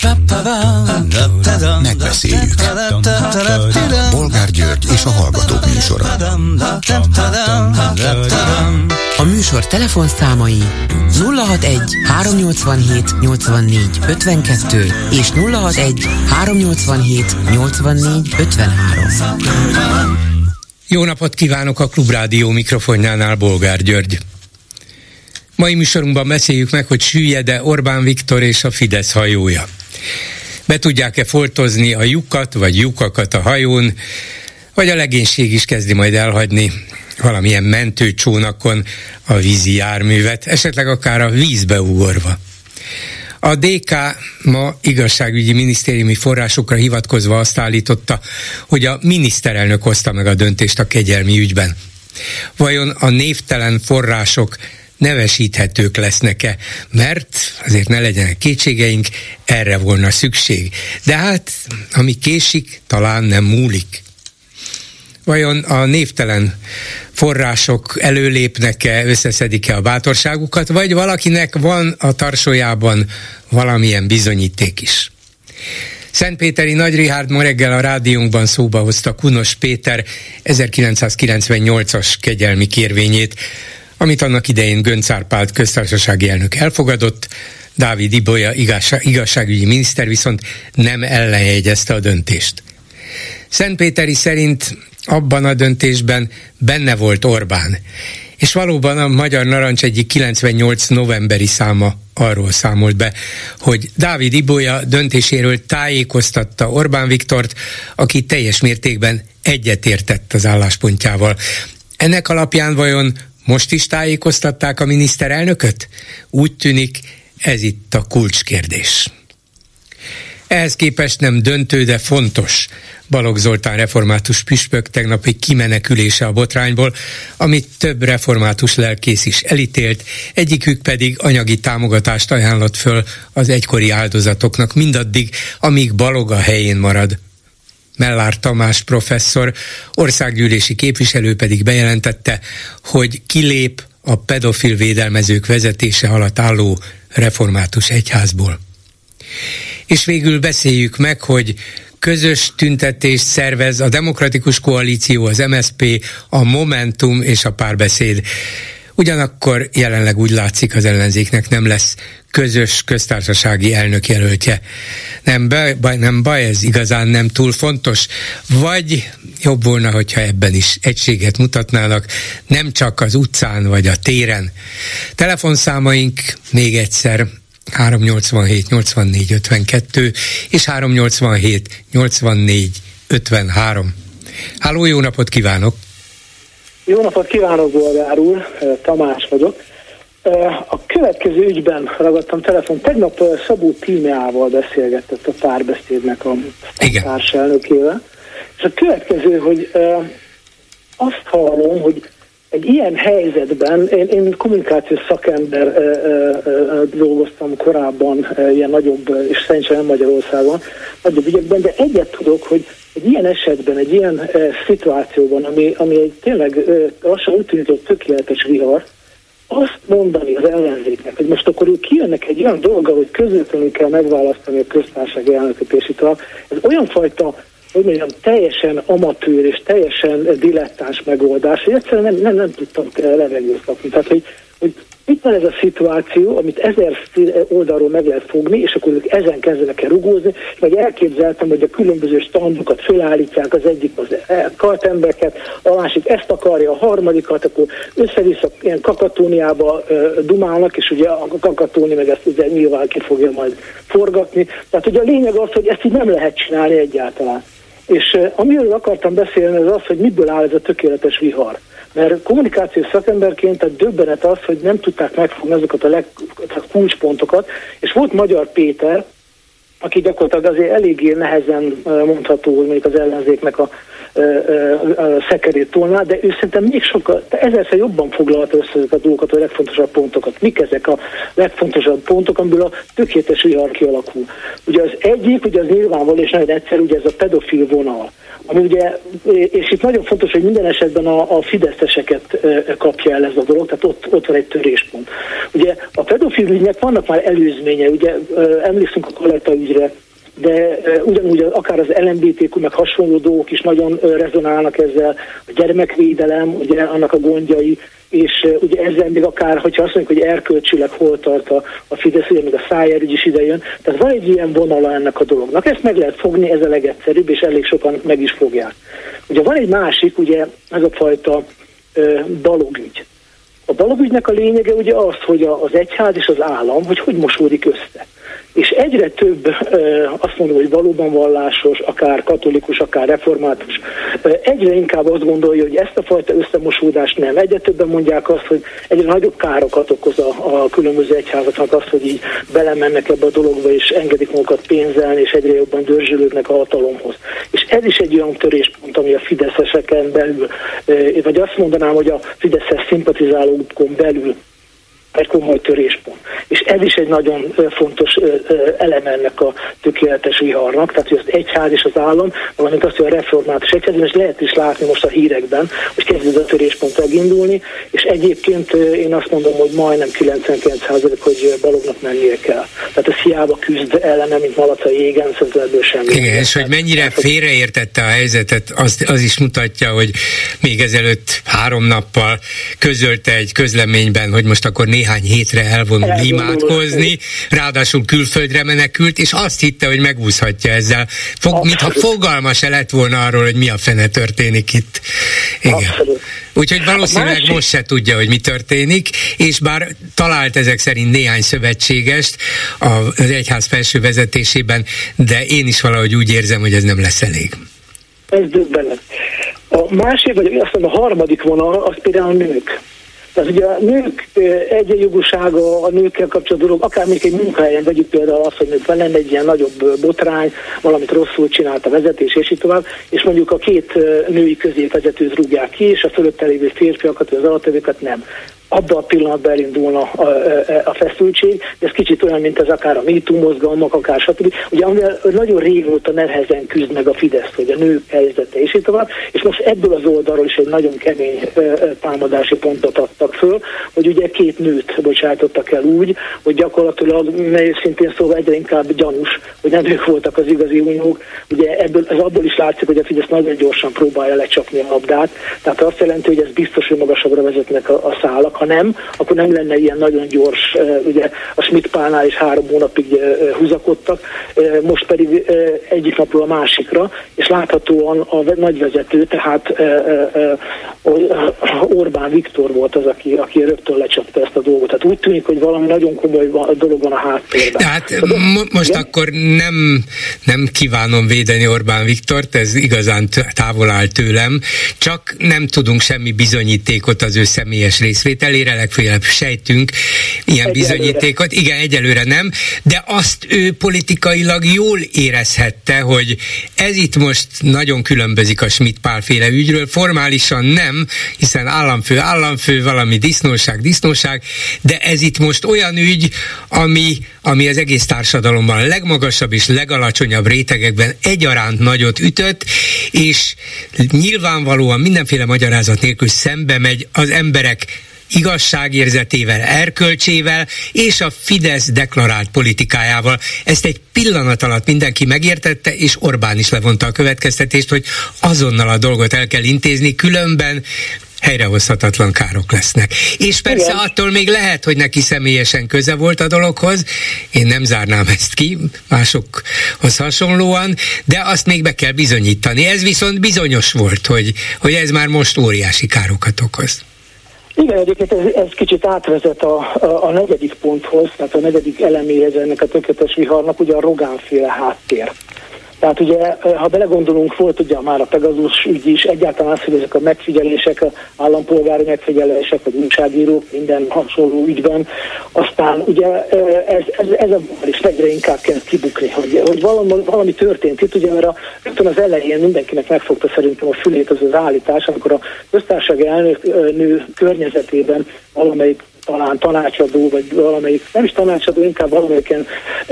Megbeszéljük. Bolgár György és a Hallgatók műsora. A műsor telefonszámai 061 387 84 52 és 061 387 84 53. Jó napot kívánok, a Klubrádió mikrofonjánál Bolgár György. Mai műsorunkban beszéljük meg, hogy süllyed-e Orbán Viktor és a Fidesz hajója. Be tudják-e foltozni a lyukat vagy lyukakat a hajón, vagy a legénység is kezdi majd elhagyni valamilyen mentőcsónakon a vízi járművet, esetleg akár a vízbe ugorva. A DK ma igazságügyi minisztériumi forrásokra hivatkozva azt állította, hogy a miniszterelnök hozta meg a döntést a kegyelmi ügyben. Vajon a névtelen források nevesíthetők lesznek-e, mert azért ne legyenek kétségeink, erre volna szükség. De hát, ami késik, talán nem múlik. Vajon a névtelen források előlépnek-e, összeszedik-e a bátorságukat, vagy valakinek van a tarsójában valamilyen bizonyíték is? Szentpéteri Nagy Richárd ma reggel a rádiónkban szóba hozta Kunos Péter 1998-as kegyelmi kérvényét, amit annak idején Göncz Árpád köztársasági elnök elfogadott, Dávid Ibolya igazságügyi miniszter viszont nem ellenjegyezte a döntést. Szentpéteri szerint abban a döntésben benne volt Orbán, és valóban a Magyar Narancs egyik 98 novemberi száma arról számolt be, hogy Dávid Ibolya döntéséről tájékoztatta Orbán Viktort, aki teljes mértékben egyetértett az álláspontjával. Ennek alapján vajon most is tájékoztatták a miniszterelnököt? Úgy tűnik, ez itt a kulcskérdés. Ehhez képest nem döntő, de fontos Balogh Zoltán református püspök tegnapi kimenekülése a botrányból, amit több református lelkész is elítélt, egyikük pedig anyagi támogatást ajánlott föl az egykori áldozatoknak mindaddig, amíg Balogh a helyén marad. Mellár Tamás professzor, országgyűlési képviselő pedig bejelentette, hogy kilép a pedofil védelmezők vezetése alatt álló református egyházból. És végül beszéljük meg, hogy közös tüntetést szervez a Demokratikus Koalíció, az MSZP, a Momentum és a Párbeszéd. Ugyanakkor jelenleg úgy látszik, az ellenzéknek nem lesz közös köztársasági elnökjelöltje. Nem baj, ez igazán nem túl fontos, vagy jobb volna, hogyha ebben is egységet mutatnának, nem csak az utcán vagy a téren. Telefonszámaink még egyszer 387 84 52 és 387 84 53. Háló, jó napot kívánok! Jó napot kívánok, Bolgár úr, Tamás vagyok. A következő ügyben ragadtam telefon. Tegnap Szabó Tímeával beszélgetett a Párbeszédnek a társelnökével. És a következő, hogy azt hallom, hogy egy ilyen helyzetben, én kommunikációs szakember dolgoztam korábban, ilyen nagyobb, és szerintem nem Magyarországon, nagyobb ügyekben, de egyet tudok, hogy egy ilyen esetben, egy ilyen szituációban, ami egy tényleg lassan úgy tűnik, hogy tökéletes vihar, azt mondani az ellenzéknek, hogy most akkor ők kijönnek egy olyan dolga, hogy közvetlenül kell megválasztani a köztársasági elnököt, és itt ez olyan fajta, hogy mondjam, teljesen amatőr és teljesen dilettáns megoldás, hogy egyszerűen nem tudtam levegőt kapni. Tehát, hogy itt van ez a szituáció, amit 1000 oldalról meg lehet fogni, és akkor ők ezen kezdenek el rugózni, vagy elképzeltem, hogy a különböző standokat fölállítják, az egyik az kartembereket, a másik ezt akarja, a harmadikat, akkor össze-vissza ilyen Kakatóniába dumálnak, és ugye a Kakatóni meg ezt ugye nyilván ki fogja majd forgatni. Tehát ugye a lényeg az, hogy ezt így nem lehet csinálni egyáltalán. És amiről akartam beszélni, az az, hogy miből áll ez a tökéletes vihar. Mert kommunikációs szakemberként a döbbenet az, hogy nem tudták megfogni azokat a kulcspontokat, és volt Magyar Péter, aki gyakorlatilag azért eléggé nehezen mondható, hogy mondjuk az ellenzéknek a szekerét tolná, de ő szerintem még sokkal, ezerszer jobban foglalta össze ezeket a dolgokat, a legfontosabb pontokat. Mik ezek a legfontosabb pontok, amiből a tökéletes vihar kialakul? Ugye az egyik, ugye az nyilvánvaló és nagyon egyszerű, ugye ez a pedofil vonal. Ami ugye, és itt nagyon fontos, hogy minden esetben a fideszeseket kapja el ez a dolog, tehát ott van egy töréspont. Ugye a pedofil ügynek vannak már előzménye, ugye emlékszünk a Kaletta ügyre, de ugyanúgy akár az LMBTQ meg hasonló dolgok is nagyon rezonálnak ezzel, a gyermekvédelem, ugye annak a gondjai, és ugye ezzel még akár, hogyha azt mondjuk, hogy erkölcsileg hol tart a Fidesz, ugye még a Szájer ügy is idejön, tehát van egy ilyen vonala ennek a dolognak, ezt meg lehet fogni, ez a legegyszerűbb, és elég sokan meg is fogják. Ugye van egy másik, ugye ez a fajta dalogügy. A dalogügynek a lényege ugye az, hogy az egyház és az állam, hogy mosódik össze. És egyre több, azt mondom, hogy valóban vallásos, akár katolikus, akár református, egyre inkább azt gondolja, hogy ezt a fajta összemosódást nem. Egyre többen mondják azt, hogy egyre nagyobb károkat okoz a különböző egyházaknak azt, hogy így belemennek ebbe a dologba, és engedik magukat pénzelni, és egyre jobban dörzsölődnek a hatalomhoz. És ez is egy olyan töréspont, ami a fideszeseken belül, vagy azt mondanám, hogy a fideszes szimpatizálókon belül egy komoly töréspont. És ez is egy nagyon fontos eleme ennek a tökéletes viharnak, tehát hogy az egyház és az állam, valamint azt, hogy a református egyház, és lehet is látni most a hírekben, hogy kezd ez a töréspont megindulni, és egyébként én azt mondom, hogy majdnem 99%, hogy Balognak mennie kell. Tehát ez hiába küzd ellene, mint malac a jégen, szerintem ebből semmi. Igen, és hogy mennyire félreértette a helyzetet, az is mutatja, hogy még ezelőtt 3 nappal közölte egy közleményben, hogy most akkor néhány hétre elvonul imádkozni, ráadásul külföldre menekült, és azt hitte, hogy megúszhatja ezzel. Mintha fogalma se lett volna arról, hogy mi a fene történik itt. Igen. Úgyhogy valószínűleg most se tudja, hogy mi történik, és bár talált ezek szerint néhány szövetségest az egyház felső vezetésében, de én is valahogy úgy érzem, hogy ez nem lesz elég. Ez döbbenet. A másik, vagy azt mondom, a harmadik vonal, az például a nők. Tehát ugye a nők egyenjogúsága, a nőkkel kapcsolatos dolog, akár még egy munkahelyen vegyük például azt, hogy lenne egy ilyen nagyobb botrány, valamit rosszul csinált a vezetés, és így tovább, és mondjuk a 2 női középvezetőt rúgják ki, és a fölötte lévő férfiakat, az alattevőket nem. Abban a pillanatban elindulna a feszültség, de ez kicsit olyan, mint ez akár a MeToo mozgalmak, akár stb. Ugye amivel nagyon régóta nehezen küzd meg a Fidesz, hogy a nők helyzete és így tovább, és most ebből az oldalról is egy nagyon kemény támadási pontot adtak föl, hogy ugye 2 nőt bocsátottak el úgy, hogy gyakorlatilag, mert szintén szóval egyre inkább gyanús, hogy nem ők voltak az igazi uniók. Ugye ez abból is látszik, hogy a Fidesz nagyon gyorsan próbálja lecsapni a labdát, tehát azt jelenti, hogy ez biztos, hogy magasabbra vezetnek a szálak. Ha nem, akkor nem lenne ilyen nagyon gyors, ugye a Schmidt-Pálnál is 3 hónapig húzakodtak, most pedig egyik napról a másikra, és láthatóan a nagyvezető, tehát Orbán Viktor volt az, aki rögtön lecsapta ezt a dolgot. Tehát úgy tűnik, hogy valami nagyon komoly dolog van a háttérben. Tehát most igen? Akkor nem kívánom védeni Orbán Viktort, ez igazán távol áll tőlem, csak nem tudunk semmi bizonyítékot az ő személyes részvételére, legfeljebb sejtünk ilyen bizonyítékot. Igen, egyelőre nem, de azt ő politikailag jól érezhette, hogy ez itt most nagyon különbözik a Schmidt-Pál féle ügyről, formálisan nem, hiszen államfő, valami disznóság, de ez itt most olyan ügy, ami az egész társadalomban a legmagasabb és legalacsonyabb rétegekben egyaránt nagyot ütött, és nyilvánvalóan mindenféle magyarázat nélkül szembe megy az emberek igazságérzetével, erkölcsével és a Fidesz deklarált politikájával. Ezt egy pillanat alatt mindenki megértette, és Orbán is levonta a következtetést, hogy azonnal a dolgot el kell intézni, különben helyrehozhatatlan károk lesznek. És persze igen, attól még lehet, hogy neki személyesen köze volt a dologhoz, én nem zárnám ezt ki, másokhoz hasonlóan, de azt még be kell bizonyítani. Ez viszont bizonyos volt, hogy ez már most óriási károkat okoz. Igen, egyébként ez kicsit átvezet a negyedik ponthoz, tehát a negyedik eleméhez ennek a tökéletes viharnak, ugye a Rogán-féle háttér. Tehát ugye, ha belegondolunk, volt ugye már a Pegasus ügy is, egyáltalán az, hogy ezek a megfigyelések, a állampolgári megfigyelések, vagy újságírók minden hasonló ügyben, aztán ugye ez a is egyre inkább kell kibukni, hogy valami történt itt, ugye, mert rögtön az elején mindenkinek megfogta szerintem a fülét az állítás, amikor a köztársasági elnöknő környezetében valamelyik talán tanácsadó, vagy valamelyik, nem is tanácsadó, inkább valamelyiken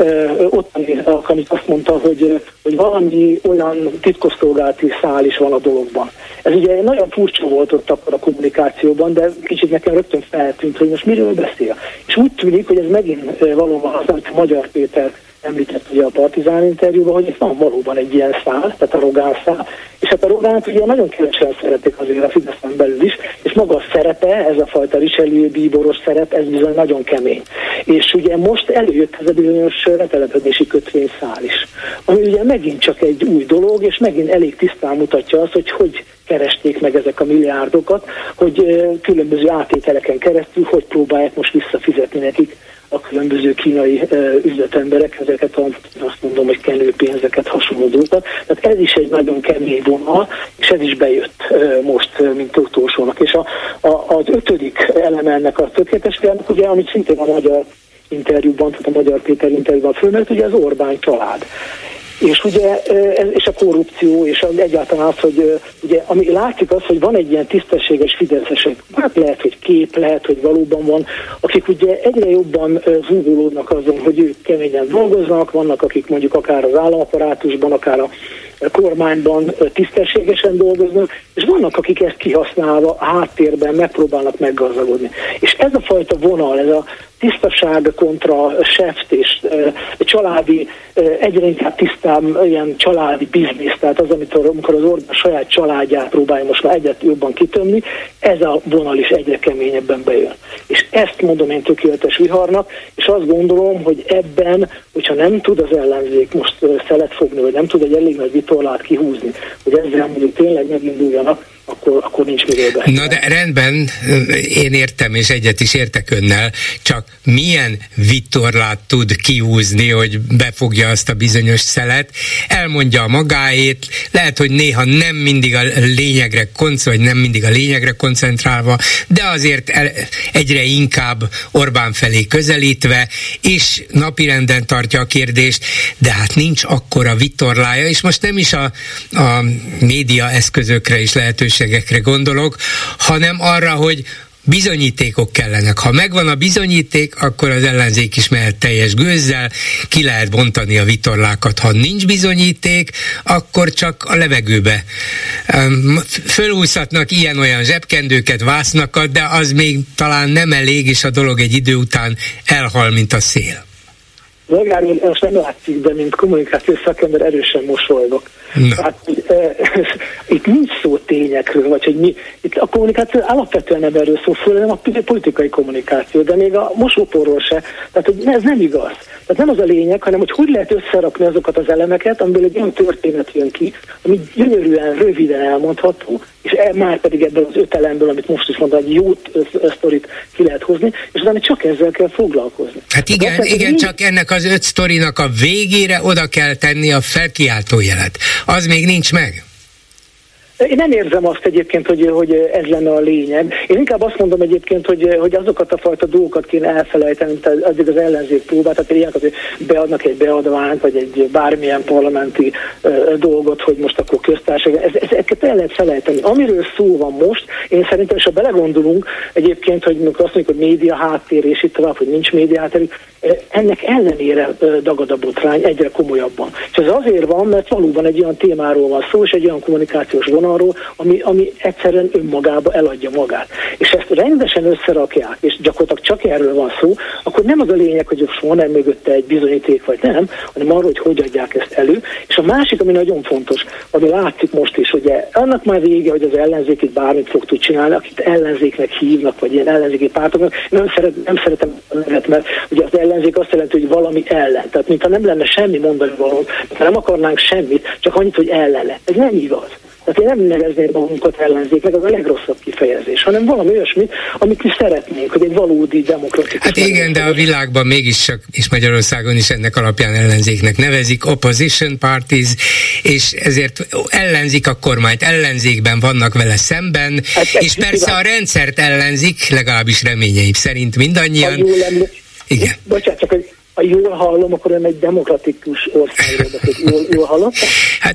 ottani amit azt mondta, hogy valami olyan titkosszolgálati szál is van a dologban. Ez ugye nagyon furcsa volt ott akkor a kommunikációban, de kicsit nekem rögtön feltűnt, hogy most miről beszél. És úgy tűnik, hogy ez megint valóban az, amit Magyar Péter említett ugye a Partizán interjúban, hogy itt van valóban egy ilyen szál, tehát a Rogán szál, és hát a Rogánt ugye nagyon kevesen szeretik azért a Fideszen belül is, és maga a szerepe, ez a fajta Richelieu bíboros szerep, ez bizony nagyon kemény. És ugye most előjött ez a bizonyos letelepedési kötvényszál is, ami ugye megint csak egy új dolog, és megint elég tisztán mutatja azt, hogy keresték meg ezek a milliárdokat, hogy különböző átételeken keresztül, hogy próbálják most visszafizetni nekik a különböző kínai üzletemberek, ezeket azt mondom, hogy kenőpénzeket, hasonló dolgokat. Tehát ez is egy nagyon kemény vonal, és ez is bejött most, mint utolsónak. És az 5. eleme ennek a tökéletességnek, ugye, amit szintén a magyar interjúban, tehát a Magyar Péter interjúban fölmerült, ugye az Orbán család. És ugye, és a korrupció, és egyáltalán az, hogy ugye, ami látszik az, hogy van egy ilyen tisztességes fideszesek, hát lehet, hogy kép, lehet, hogy valóban van, akik ugye egyre jobban zúgolódnak azon, hogy ők keményen dolgoznak, vannak, akik mondjuk akár az államaparátusban, akár a kormányban tisztességesen dolgoznak, és vannak, akik ezt kihasználva a háttérben megpróbálnak meggazdagodni. És ez a fajta vonal, ez a tisztaság kontra seft és családi, egyre inkább tisztán ilyen családi biznisz, tehát az, amikor az Orbán saját családját próbálja most már egyre jobban kitömni, ez a vonal is egyre keményebben bejön. És ezt mondom én tökéletes viharnak, és azt gondolom, hogy ebben, hogyha nem tud az ellenzék most szelet fogni, vagy nem tud egy elég nagy vitorlát kihúzni, hogy ezzel mondjuk tényleg meginduljanak, akkor nincs miről beszélni. Na de rendben, én értem, és egyet is értek önnel, csak milyen vitorlát tud kihúzni, hogy befogja azt a bizonyos szelet, elmondja a magáét, lehet, hogy néha nem mindig a lényegre vagy nem mindig a lényegre koncentrálva, de azért egyre inkább Orbán felé közelítve, és napirenden tartja a kérdést, de hát nincs akkora vitorlája, és most nem is a média eszközökre is lehetőségekre gondolok, hanem arra, hogy bizonyítékok kellenek. Ha megvan a bizonyíték, akkor az ellenzék is mehet teljes gőzzel, ki lehet bontani a vitorlákat. Ha nincs bizonyíték, akkor csak a levegőbe fölhúzhatnak ilyen-olyan zsebkendőket, vásznakat, de az még talán nem elég, és a dolog egy idő után elhal, mint a szél. Magár, most nem látszik, de mint kommunikációs szakember erősen mosolygok. Hát, itt nincs szó tényekről, vagy hogy itt a kommunikáció alapvetően nem erről szól, hanem a politikai kommunikáció, de még a mosóporról se. Tehát, hogy ez nem igaz. Tehát nem az a lényeg, hanem hogy lehet összerakni azokat az elemeket, amiből egy olyan történet jön ki, ami gyönyörűen, röviden elmondható, és már pedig ebből az 5 elemből, amit most is mondtam, egy jó sztorit ki lehet hozni, és utána csak ezzel kell foglalkozni. Hát igen, csak ennek az 5 sztorinak a végére oda kell tenni a felkiáltójelet. Az még nincs meg. Én nem érzem azt egyébként, hogy ez lenne a lényeg. Én inkább azt mondom egyébként, hogy azokat a fajta dolgokat kéne elfelejteni, mint addig az ellenzék próbál, tehát ilyenek, hogy beadnak egy beadványt, vagy egy bármilyen parlamenti dolgot, hogy most akkor köztársaság. Ezeket el lehet felejteni. Amiről szó van most, én szerintem, és ha belegondolunk egyébként, hogy azt mondjuk, hogy média háttér, és itt tovább, hogy nincs média háttér, ennek ellenére dagad a botrány egyre komolyabban. És ez azért van, mert valóban egy olyan témáról van szó, és egy olyan kommunikációs vonalról, ami egyszerűen önmagába eladja magát. És ezt rendesen összerakják, és gyakorlatilag csak erről van szó, akkor nem az a lényeg, hogy van-e mögötte egy bizonyíték, vagy nem, hanem arról, hogy adják ezt elő. És a másik, ami nagyon fontos, ami látszik most is, hogy annak már vége, hogy az ellenzék itt bármit fog tud csinálni, akit ellenzéknek hívnak, vagy ilyen ellenzéki pártoknak, nem szeretem a nevet, mert ugye az ellenzék azt jelenti, hogy valami ellen. Tehát mintha nem lenne semmi mondani való, mintha nem akarnánk semmit, csak annyit, hogy ellene. Ez nem igaz. Tehát én nem nevezném magunkat ellenzéknek, az a legrosszabb kifejezés, hanem valami olyasmit, amit mi szeretnénk, hogy egy valódi demokratikus... Hát igen, de a világban mégis csak, és Magyarországon is ennek alapján ellenzéknek nevezik, opposition parties, és ezért ellenzik a kormányt, ellenzékben vannak vele szemben, hát és persze a rendszert ellenzik, legalábbis reményeim szerint mindannyian. Igen. Bocsánat, csak hogy ha jól hallom, akkor ön egy demokratikus országról beszélt. Jól hallottam? Hát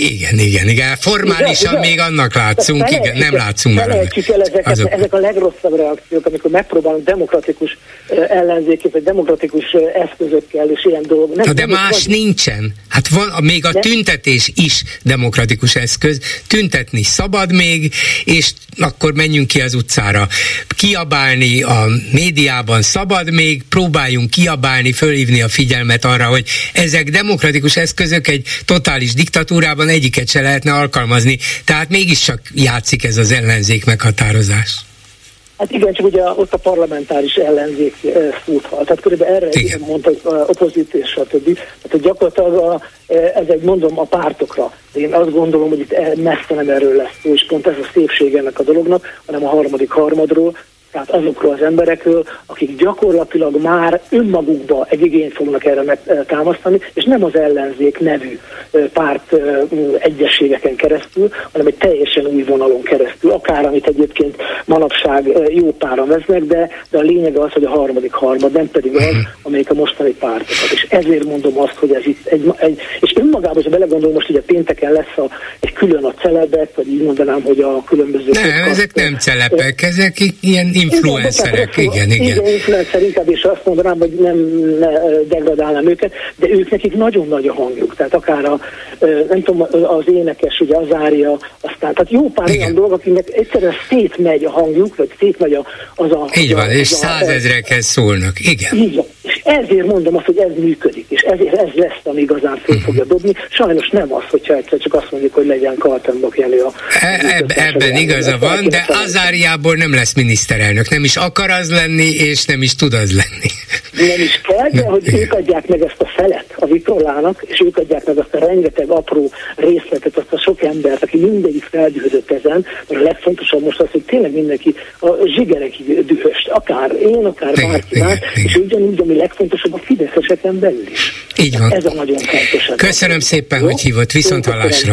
igen. Formálisan igen, még annak látszunk, igen, nem látszunk már. Felejtsük el ezek a legrosszabb reakciók, amikor megpróbálunk demokratikus ellenzékét, vagy demokratikus eszközökkel, és ilyen dolgok. De más nincsen. Hát van, még a tüntetés is demokratikus eszköz. Tüntetni szabad még, és akkor menjünk ki az utcára. Kiabálni a médiában szabad még, próbáljunk kiabálni, fölhívni a figyelmet arra, hogy ezek demokratikus eszközök, egy totális diktatúrában egyiket se lehetne alkalmazni. Tehát mégiscsak játszik ez az ellenzék meghatározás. Hát igen, csak ugye ott a parlamentáris ellenzék fúthal. Tehát körülbelül erre mondta, hogy opozíció, stb. Tehát gyakorlatilag ez egy, mondom, a pártokra. Én azt gondolom, hogy itt messze nem erről lesz szó, és pont ez a szépség ennek a dolognak, hanem a harmadik harmadról, tehát azokról az emberekről, akik gyakorlatilag már önmagukba egy igényt fognak erre megtámasztani, és nem az ellenzék nevű párt egyességeken keresztül, hanem egy teljesen új vonalon keresztül, akár amit egyébként manapság jó páran veznek, de a lényeg az, hogy a harmadik harmad, nem pedig az, amelyik a mostani pártokat. És ezért mondom azt, hogy ez itt és önmagában, ha belegondolom, most ugye pénteken lesz egy külön a celebek, vagy így mondanám, hogy a különböző... Nem, ezek nem celebek, ezek ilyen influencerek, igen. Igen, influencer inkább, és azt mondanám, hogy nem degradálnám őket, de ők nekik nagyon nagy a hangjuk. Tehát akár nem tudom, az énekes, ugye az Ária, aztán, tehát jó pár olyan dolgok, akiknek egyszerűen szétmegy a hangjuk, vagy szétmegy az a... Így van, és százezrekhez szólnak, igen. Így van. És ezért mondom azt, hogy ez működik, és ezért ez lesz, ami igazán föl fogja dobni. Sajnos nem az, hogyha egyszer csak azt mondjuk, hogy legyen Kaltenbach Jenő a... Ebben igaza van, de Azáriából nem lesz miniszterelnök. Nem is akar az lenni, és nem is tud az lenni. Nem is kell, de hogy ők adják meg ezt a felet a Vitorlának, és ők adják meg azt a rengeteg apró részletet, azt a sok embert, aki mindegyik feldühödött ezen, mert a legfontosabb most az, hogy tényleg mindenki a zsigerekig dühöst, akár én, akár bárki más, és ugyanúgy, ami legfontosabb a fideszeseken belül is. Így van. Ez a nagyon fontos. Köszönöm szépen, hogy hívott, viszonthallásra.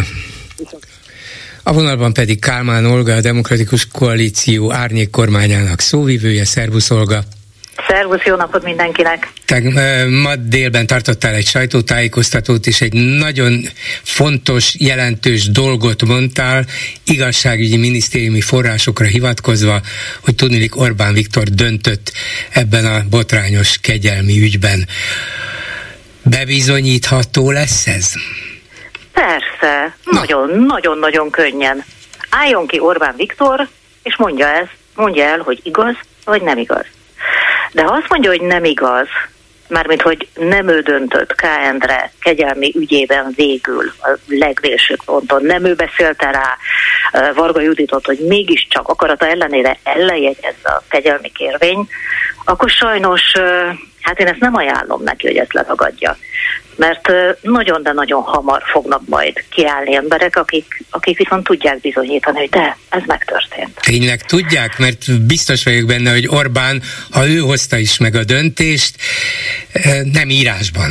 A vonalban pedig Kálmán Olga, a Demokratikus Koalíció árnyék kormányának szóvivője. Szervusz, Olga! Szervusz, jó napot mindenkinek! Ma délben tartottál egy sajtótájékoztatót, és egy nagyon fontos, jelentős dolgot mondtál, igazságügyi minisztériumi forrásokra hivatkozva, hogy tudniillik Orbán Viktor döntött ebben a botrányos kegyelmi ügyben. Bebizonyítható lesz ez? Persze, nagyon-nagyon könnyen. Álljon ki Orbán Viktor, és mondja el, hogy igaz, vagy nem igaz. De ha azt mondja, hogy nem igaz, mármint, hogy nem ő döntött K. Endre kegyelmi ügyében végül a legvélsőbb ponton, nem ő beszélte rá Varga Juditot, hogy mégiscsak akarata ellenére ellenjegyezze a kegyelmi kérvény, akkor sajnos, hát én ezt nem ajánlom neki, hogy ezt leragadja. Mert nagyon, de nagyon hamar fognak majd kiállni emberek, akik viszont tudják bizonyítani, hogy de, ez megtörtént. Tényleg tudják? Mert biztos vagyok benne, hogy Orbán, ha ő hozta is meg a döntést, nem írásban.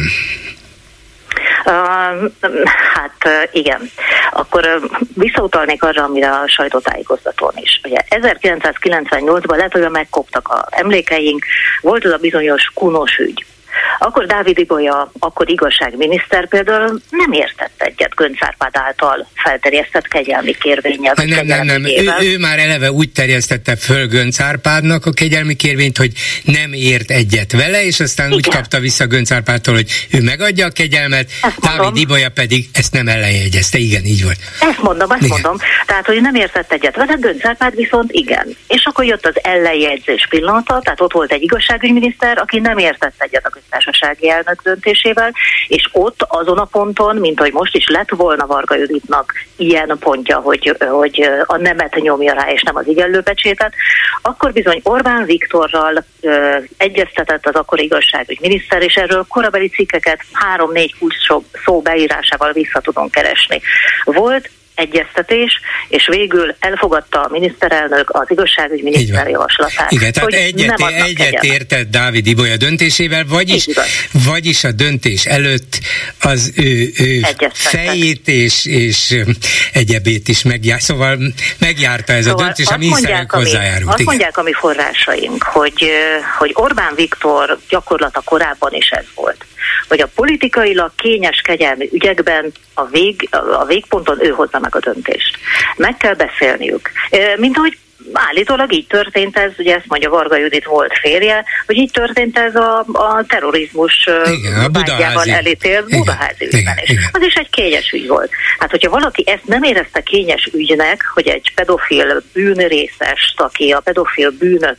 Hát igen. Akkor visszautalnék arra, amire a sajtótájékoztatón is. Ugye 1998-ban lehet, hogy megkoptak az emlékeink, volt az a bizonyos Kunos ügy. Akkor Dávid Ibolya, akkor igazságminiszter például nem értett egyet Göncz Árpád által felterjesztett kegyelmi kérvénnyel. Nem. Ő már eleve úgy terjesztette föl Göncz Árpádnak a kegyelmi kérvényt, hogy nem ért egyet vele, és aztán úgy kapta vissza Göncz Árpádtól, hogy ő megadja a kegyelmet, Dávid Ibolya pedig ezt nem ellenjegyezte. Igen, így volt. Ezt mondom. Tehát, hogy nem értett egyet vele, Göncz Árpád viszont igen. És akkor jött az ellenjegyzés pillanata, tehát ott volt egy igazságügyminiszter, aki nem értett egyet a köztársasági elnök döntésével, és ott azon a ponton, mint hogy most is lett volna Varga Juditnak ilyen pontja, hogy a nemet nyomja rá, és nem az igyenlőpecsétet, akkor bizony Orbán Viktorral egyeztetett az akkori igazságügyminiszter, és erről korabeli cikkeket 3-4 kulcs szó beírásával vissza tudunk keresni. Volt egyeztetés, és végül elfogadta a miniszterelnök az igazságügyminiszter javaslatát. Igen, tehát egyet értett Dávid Ibolya döntésével, vagyis a döntés előtt az ő fejét és egyebét is szóval megjárta ez a döntés, a miniszterelnök hozzájárult. Azt mondják a mi forrásaink, hogy Orbán Viktor gyakorlata korábban is ez volt, hogy a politikailag kényes kegyelmi ügyekben a végponton ő hozza meg a döntést. Meg kell beszélniük. Mint ahogy állítólag így történt ez, ugye ezt mondja Varga Judit volt férje, hogy így történt ez a terrorizmus vágyával elítélt Budaházi ügyben is. Az is egy kényes ügy volt. Hát, hogyha valaki ezt nem érezte kényes ügynek, hogy egy pedofil bűnrészes, aki a pedofil bűnök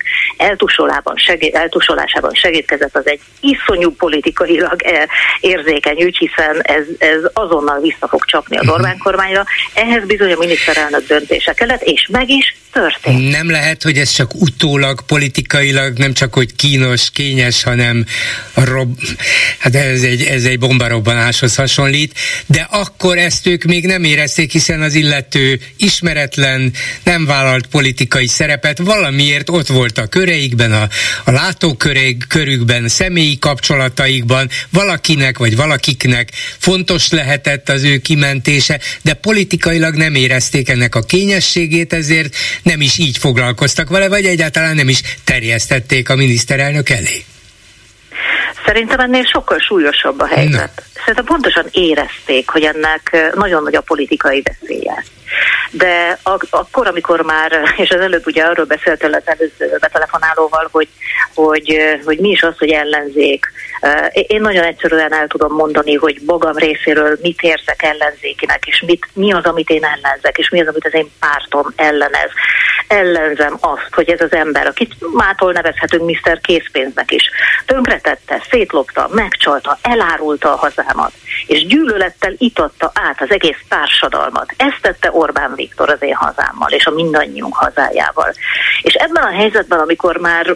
eltusolásában segítkezett, az egy iszonyú politikailag érzékeny ügy, hiszen ez azonnal vissza fog csapni az Orbán kormányra. Ehhez bizony a miniszterelnök döntése kellett, és meg is történt. Nem lehet, hogy ez csak utólag politikailag nem csak hogy kínos, kényes, hanem hát ez egy bombarobbanáshoz hasonlít, de akkor ezt ők még nem érezték, hiszen az illető ismeretlen, nem vállalt politikai szerepet, valamiért ott volt a köreikben, a látókörükben, személyi kapcsolataikban, valakinek vagy valakiknek fontos lehetett az ő kimentése, de politikailag nem érezték ennek a kényességét, ezért nem is így foglalkoztak vele, vagy egyáltalán nem is terjesztették a miniszterelnök elé? Szerintem ennél sokkal súlyosabb a helyzet. Szerintem pontosan érezték, hogy ennek nagyon nagy a politikai veszélye. De akkor, amikor már, és az előbb ugye arról beszéltél az előző betelefonálóval, hogy mi is az, hogy ellenzék. Én nagyon egyszerűen el tudom mondani, hogy magam részéről mit érzek ellenzékinek, és mi az, amit én ellenzek, és mi az, amit az én pártom ellenez. Ellenzem azt, hogy ez az ember, akit mától nevezhetünk Mr. Készpénznek is, tönkretette, szétlopta, megcsalta, elárulta a hazámat, és gyűlölettel itatta át az egész társadalmat. Ezt tette Orbán Viktor az én hazámmal, és a mindannyiunk hazájával. És ebben a helyzetben, amikor már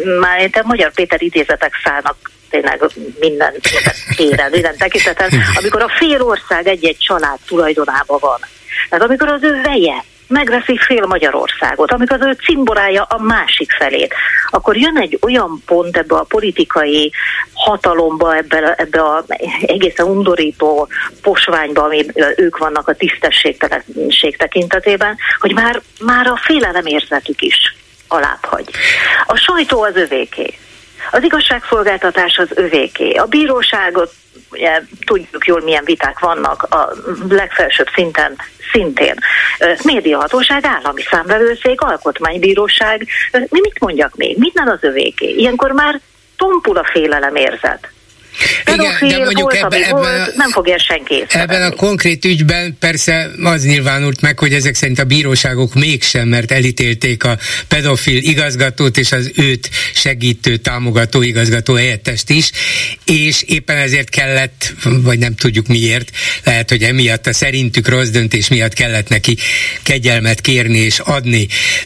Magyar Péter idézetek szállnak tényleg minden téren, minden tekinteten, amikor a fél ország egy-egy család tulajdonában van. Tehát amikor az ő veje megveszi fél Magyarországot, amikor az ő cimborája a másik felét, akkor jön egy olyan pont ebbe a politikai hatalomba, ebbe a egészen undorító posványba, ami ők vannak a tisztességtelenség tekintetében, hogy már a félelemérzetük is alábbhagy. A sajtó az övéké. Az igazságszolgáltatás az övéké. A bíróságot, ugye, tudjuk jól, milyen viták vannak a legfelsőbb szinten szintén. Médiahatóság, állami számvevőszék, alkotmánybíróság, mit mondjak még? Minden az övéké. Ilyenkor már tompul a félelemérzet. Igen, de mondjuk nem fogja senki észrevenni. Ebben a konkrét ügyben persze az nyilvánult meg, hogy ezek szerint a bíróságok mégsem, mert elítélték a pedofil igazgatót és az őt segítő, támogató igazgató helyettest is, és éppen ezért kellett, vagy nem tudjuk miért, lehet, hogy emiatt a szerintük rossz döntés miatt kellett neki kegyelmet kérni és adni.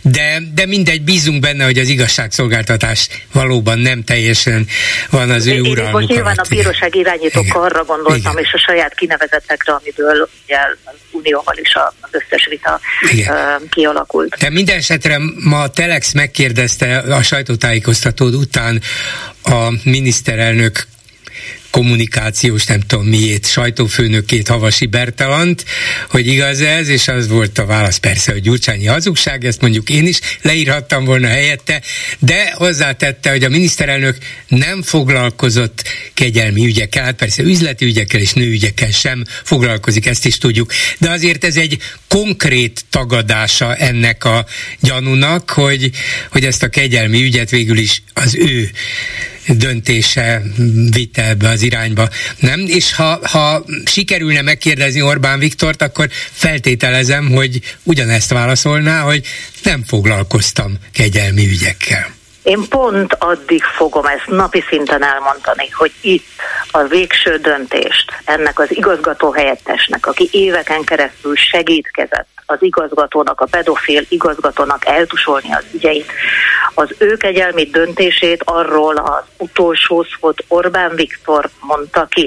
De mindegy, bízunk benne, hogy az igazságszolgáltatás valóban nem teljesen van az ő uralmuk alatt. A bíróság irányítók arra gondoltam, és a saját kinevezettekre, amiből ugye az Unióval is az összes vita kialakult. De minden esetre ma a Telex megkérdezte a sajtótájékoztatód után a miniszterelnök kommunikációs, nem tudom miért, sajtófőnökét, Havasi Bertalant, hogy igaz ez, és az volt a válasz persze, hogy gyurcsányi hazugság, ezt mondjuk én is leírhattam volna helyette, de hozzátette, hogy a miniszterelnök nem foglalkozott kegyelmi ügyekkel, hát persze üzleti ügyekkel és nőügyekkel sem foglalkozik, ezt is tudjuk, de azért ez egy konkrét tagadása ennek a gyanúnak, hogy ezt a kegyelmi ügyet végül is az ő döntése vitte ebbe az irányba, nem? És ha sikerülne megkérdezni Orbán Viktort, akkor feltételezem, hogy ugyanezt válaszolná, hogy nem foglalkoztam kegyelmi ügyekkel. Én pont addig fogom ezt napi szinten elmondani, hogy itt a végső döntést ennek az igazgató helyettesnek, aki éveken keresztül segítkezett az igazgatónak, a pedofil igazgatónak eltusolni az ügyeit, az ő kegyelmi döntését arról az utolsó szót Orbán Viktor mondta ki.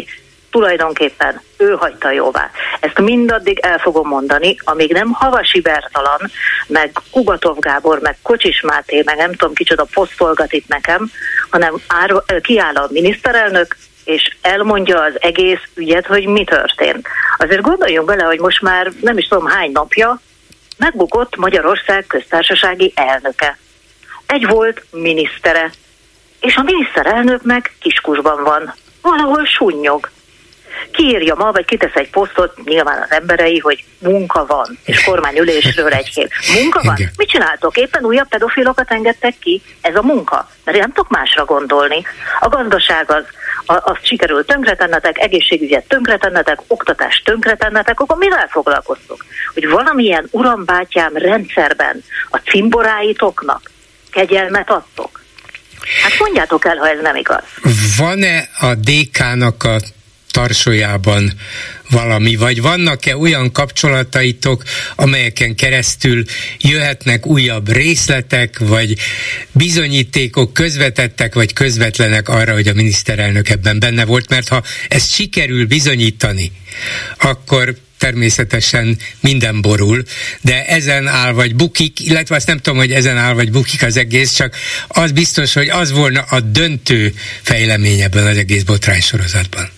tulajdonképpen ő hagyta jóvá. Ezt mindaddig el fogom mondani, amíg nem Havasi Bertalan, meg Kubatov Gábor, meg Kocsis Máté, meg nem tudom kicsoda posztolgat itt nekem, hanem kiáll a miniszterelnök, és elmondja az egész ügyet, hogy mi történt. Azért gondoljunk bele, hogy most már nem is tudom hány napja megbukott Magyarország köztársasági elnöke. Egy volt minisztere, és a miniszterelnök meg Kiskusban van. Valahol sunnyog. Kiírja ma, vagy kitesz egy posztot, nyilván az emberei, hogy munka van, és kormányülésről egy hét. Munka van? Mit csináltok? Éppen újabb pedofilokat engedtek ki? Ez a munka. Mert nem tudok másra gondolni. A gazdaság azt sikerült tönkretennetek, egészségügyet tönkretennetek, oktatást tönkretennetek, akkor mivel foglalkoztok? Hogy valamilyen urambátyám rendszerben a cimboráitoknak kegyelmet adtok? Hát mondjátok el, ha ez nem igaz. Van-e a DK-nak a tarsolyában valami, vagy vannak-e olyan kapcsolataitok, amelyeken keresztül jöhetnek újabb részletek, vagy bizonyítékok közvetettek, vagy közvetlenek arra, hogy a miniszterelnök ebben benne volt, mert ha ezt sikerül bizonyítani, akkor természetesen minden borul, de ezen áll vagy bukik, illetve azt nem tudom, hogy ezen áll vagy bukik az egész, csak az biztos, hogy az volna a döntő fejlemény ebben az egész botránysorozatban.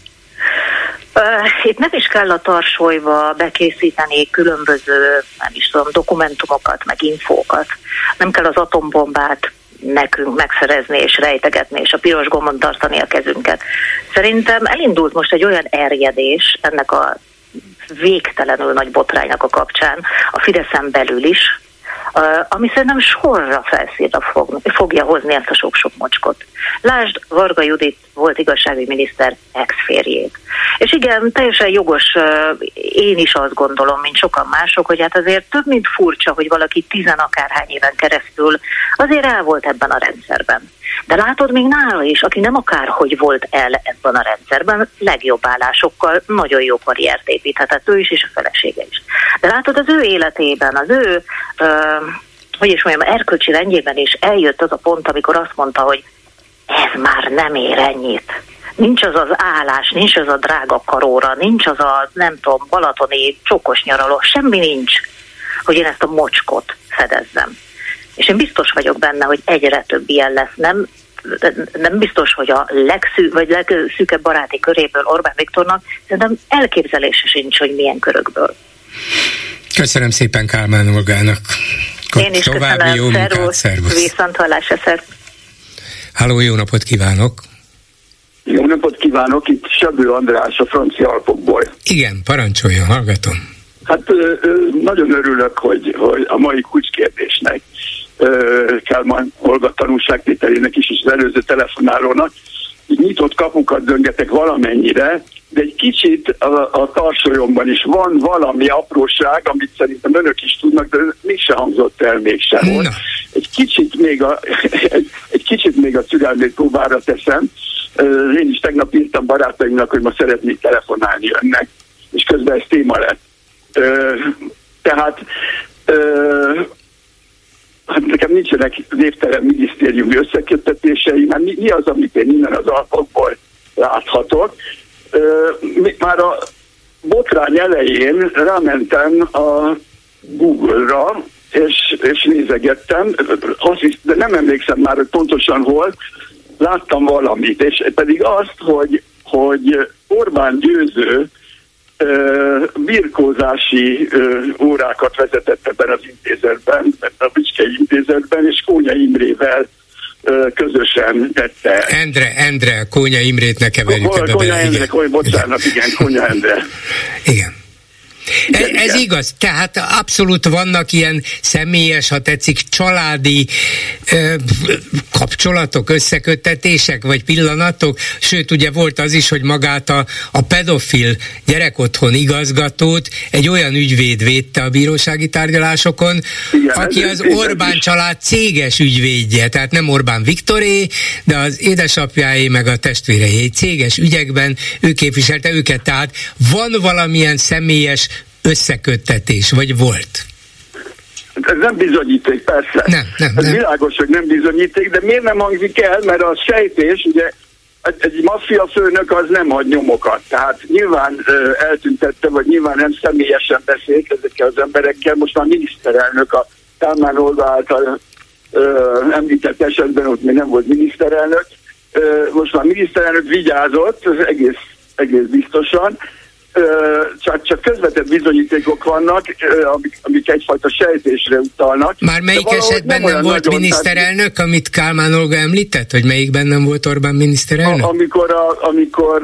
Itt nem is kell a tarsolyba bekészíteni különböző, nem is tudom, dokumentumokat, meg infókat. Nem kell az atombombát nekünk megszerezni és rejtegetni, és a piros gombon tartani a kezünket. Szerintem elindult most egy olyan erjedés ennek a végtelenül nagy botránynak a kapcsán, a Fideszen belül is, ami szerintem sorra felszínre fogja hozni ezt a sok-sok mocskot. Lásd, Varga Judit volt igazságügyminiszter ex-férjét. És igen, teljesen jogos, én is azt gondolom, mint sokan mások, hogy hát azért több mint furcsa, hogy valaki 10 akárhány éven keresztül azért el volt ebben a rendszerben. De látod, még nála is, aki nem akárhogy volt el ebben a rendszerben, legjobb állásokkal nagyon jó karriert építhetett ő is, és a felesége is. De látod, az ő életében, az ő, hogy is mondjam, erkölcsi rendjében is eljött az a pont, amikor azt mondta, hogy ez már nem ér ennyit. Nincs az az állás, nincs az a drága karóra, nincs az a, nem tudom, balatoni csokos nyaraló, semmi nincs, hogy én ezt a mocskot fedezzem. És én biztos vagyok benne, hogy egyre több ilyen lesz. Nem biztos, hogy a legszűkebb baráti köréből Orbán Viktornak, szerintem elképzelése sincs, hogy milyen körökből. Köszönöm szépen Kálmán Olgának. Én is köszönöm, jó munkát, szervusz. Viszonthallásra, szervusz. Halló, jó napot kívánok! Jó napot kívánok, itt Sebő András a Francia Alpokból. Igen, parancsoljon, hallgatom. Hát nagyon örülök, hogy a mai kulcskérdésnek Kálmán Olga tanúságtételének is, és az előző telefonálónak így nyitott kapukat döngetek valamennyire, de egy kicsit a tarsolyomban is van valami apróság, amit szerintem önök is tudnak, de mégse hangzott el még sehol. Egy kicsit még a türelmét próbára teszem. Én is tegnap írtam barátaimnak, hogy ma szeretnék telefonálni önnek, és közben ez téma lett. Tehát hát nekem nincsenek névtelen minisztériumi összeköttetései, mert mi az, amit én innen az Alpokból láthatok. Már a botrány elején rámentem a Google-ra, és nézegettem, de nem emlékszem már, hogy pontosan hol, láttam valamit, és pedig azt, hogy Orbán Győző birkózási órákat vezetett ebben az intézetben, a Bicskei intézetben, és Kónya Imrével közösen tette. Endre, Kónya Imrét ne keverjük ebbe bele. Kónya Endre. Igen. Ez igaz, tehát abszolút vannak ilyen személyes, ha tetszik, családi kapcsolatok, összeköttetések, vagy pillanatok, sőt, ugye volt az is, hogy magát a pedofil gyerekotthon igazgatót egy olyan ügyvéd védte a bírósági tárgyalásokon, igen, aki az Orbán család céges ügyvédje, tehát nem Orbán Viktoré, de az édesapjáé meg a testvérei céges ügyekben ő képviselte őket, tehát van valamilyen személyes összeköttetés, vagy volt? Ez nem bizonyíték, persze. Nem. Ez világos, hogy nem bizonyíték, de miért nem hangzik el, mert a sejtés, ugye egy maffia főnök az nem hagy nyomokat, tehát nyilván eltüntette, vagy nyilván nem személyesen beszélt ezekkel az emberekkel, most már miniszterelnök a Kálmán Olga által említett esetben, ott még nem volt miniszterelnök, most már miniszterelnök vigyázott, egész biztosan, csak közvetett bizonyítékok vannak, amik egyfajta sejtésre utalnak. Már melyik esetben nem volt miniszterelnök, amit Kálmán Olga említett? Hogy melyikben nem volt Orbán miniszterelnök? Amikor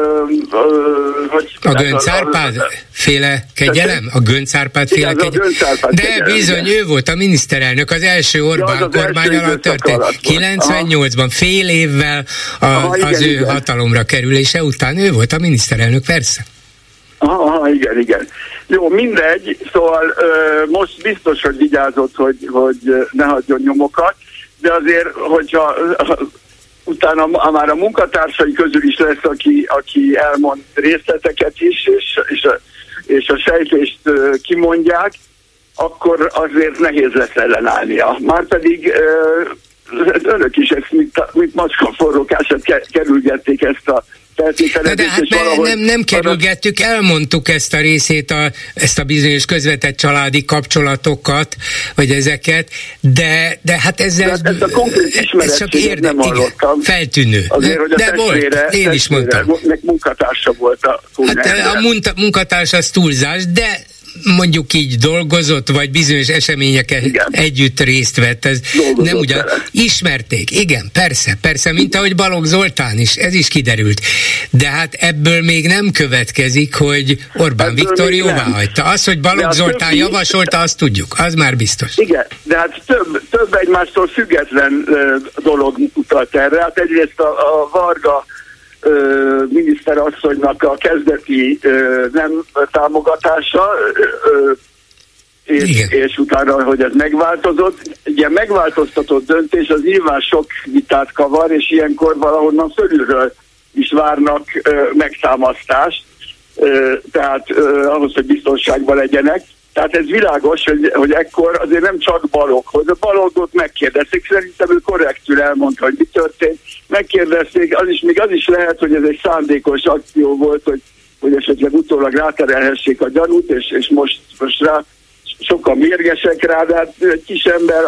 a Göncz Árpád féle kegyelem? A Göncz Árpád féle kegyelem? De bizony, ő volt a miniszterelnök, az első Orbán kormány alatt történt. 98-ban, fél évvel az ő hatalomra kerülése után ő volt a miniszterelnök, persze. Igen. Jó, mindegy, szóval most biztos, hogy vigyázott, hogy ne hagyjon nyomokat, de azért, hogyha utána már a munkatársai közül is lesz, aki elmond részleteket is, és a sejtést kimondják, akkor azért nehéz lesz ellenállnia. Márpedig önök is ezt, mint macska forrókását kerülgették ezt a de hát nem kerülgettük, elmondtuk ezt a részét, ezt a bizonyos közvetett családi kapcsolatokat, vagy ezeket, de hát ezzel... Ezt a konkrét ismeretséget nem hallottam. Feltűnő. Azért, hogy de volt, én is mondtam. Munkatársa volt a a munkatársa az túlzás, de mondjuk így dolgozott, vagy bizonyos eseményeken együtt részt vett, ez dolgozott nem ugyan. Ismerték, igen, persze, mint ahogy Balogh Zoltán is, ez is kiderült. De hát ebből még nem következik, hogy Orbán Viktor jóváhagyta. Az, hogy Balogh Zoltán javasolta, azt tudjuk, az már biztos. Igen, de hát több egymástól független dolog utalt erre. Hát egyrészt a Varga miniszterasszonynak a kezdeti nem támogatása, és utána, hogy ez megváltozott. Ugye megváltoztatott döntés az nyilván sok vitát kavar, és ilyenkor valahonnan fölülről is várnak megtámasztást, tehát ahhoz, hogy biztonságban legyenek. Tehát ez világos, hogy ekkor azért nem csak Balogh, a Balogot megkérdezték, szerintem ő korrektül elmondta, hogy mi történt. Megkérdezték, az is lehet, hogy ez egy szándékos akció volt, hogy esetleg utólag ráterelhessék a gyanút, és most rá sokan mérgesek rá, de hát egy kis ember,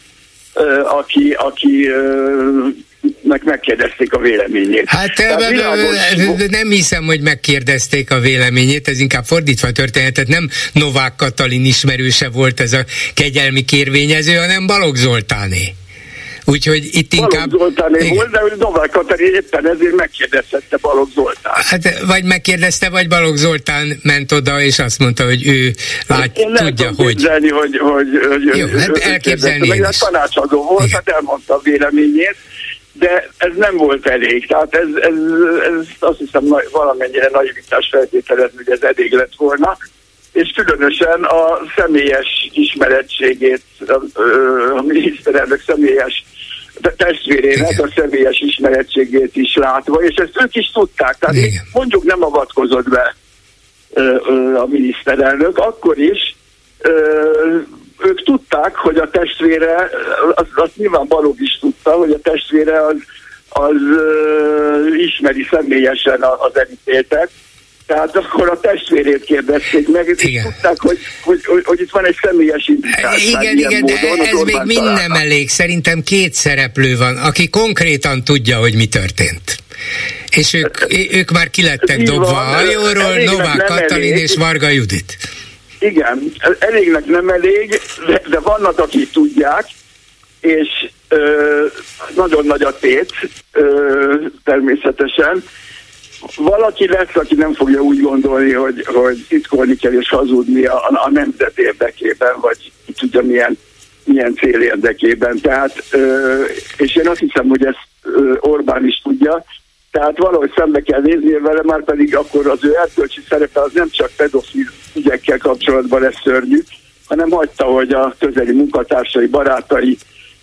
aki megkérdezték a véleményét. Hát nem hiszem, hogy megkérdezték a véleményét, ez inkább fordítva történt, tehát nem Novák Katalin ismerőse volt ez a kegyelmi kérvényező, hanem Balogh Zoltáné. Úgyhogy itt inkább... Balogh Zoltáné volt, de Novák Katalin éppen ezért megkérdezte Balogh Zoltán. Hát vagy megkérdezte, vagy Balogh Zoltán ment oda, és azt mondta, hogy ő tudja, hogy... Jó, hát elképzelni én is. Tanácsadó volt, hát elmondta a véleményét, de ez nem volt elég. Tehát ez azt hiszem valamennyire naivitás feltételezni, hogy ez elég lett volna, és különösen a személyes ismerettségét, a miniszterelnök személyes testvérének a személyes ismerettségét is látva, és ezt ők is tudták. Tehát mondjuk nem avatkozott be a miniszterelnök, akkor is ők tudták, hogy a testvére, azt nyilván Balogh is tudta, hogy a testvére az ismeri személyesen az elítéltet. Tehát akkor a testvérét kérdezték meg, és tudták, hogy itt van egy személyes indikás. Igen, de ez még mind nem elég. Szerintem két szereplő van, aki konkrétan tudja, hogy mi történt. És ők már kilettek dobva a hajóról, Novák Katalin és Varga Judit. Igen, elégnek nem elég, de vannak, akik tudják, és nagyon nagy a tét, természetesen. Valaki lesz, aki nem fogja úgy gondolni, hogy titkolni kell és hazudni a nemzet érdekében, vagy tudja milyen cél érdekében. Tehát, és én azt hiszem, hogy ezt Orbán is tudja, tehát valahogy szembe kell nézni vele, már pedig akkor az ő erkölcsi szerepe az nem csak pedofil ügyekkel kapcsolatban lesz szörnyű, hanem hagyta, hogy a közeli munkatársai, barátai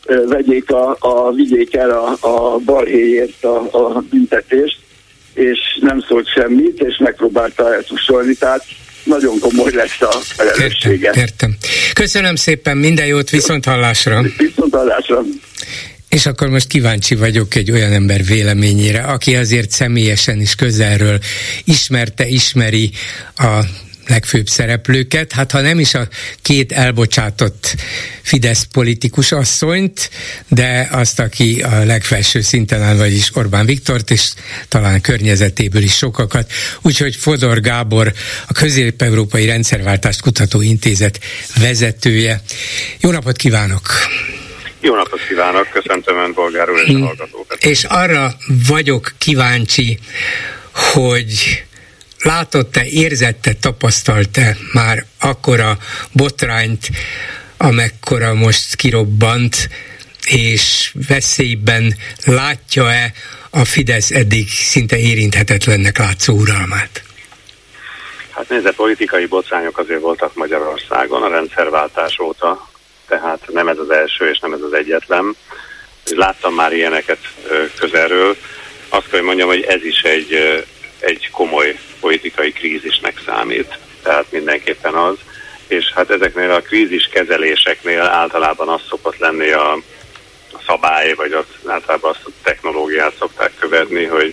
vigyék el a balhéjért a büntetést, és nem szólt semmit, és megpróbálta eltussolni, tehát nagyon komoly lesz a felelőssége. Értem. Köszönöm szépen, minden jót, viszonthallásra. Viszonthallásra. És akkor most kíváncsi vagyok egy olyan ember véleményére, aki azért személyesen is közelről ismeri a legfőbb szereplőket, hát ha nem is a két elbocsátott Fidesz politikus asszonyt, de azt, aki a legfelső szinten áll, vagyis Orbán Viktort, és talán környezetéből is sokakat. Úgyhogy Fodor Gábor, a Közép-Európai Rendszerváltást Kutató Intézet vezetője. Jó napot kívánok! Jó napot kívánok, köszöntöm Önt, bolgár úr, és a hallgatókat. És arra vagyok kíváncsi, hogy látott-e, érzette, tapasztalt-e már akkora botrányt, amekkora most kirobbant, és veszélyben látja-e a Fidesz eddig szinte érinthetetlennek látszó uralmát? Hát nézze, politikai botrányok azért voltak Magyarországon a rendszerváltás óta, tehát nem ez az első és nem ez az egyetlen. Láttam már ilyeneket közelről. Azt kell, hogy mondjam, hogy ez is egy komoly politikai krízisnek számít, tehát mindenképpen az. És hát ezeknél a krízis kezeléseknél általában az szokott lenni a szabály, vagy általában azt a technológiát szokták követni, hogy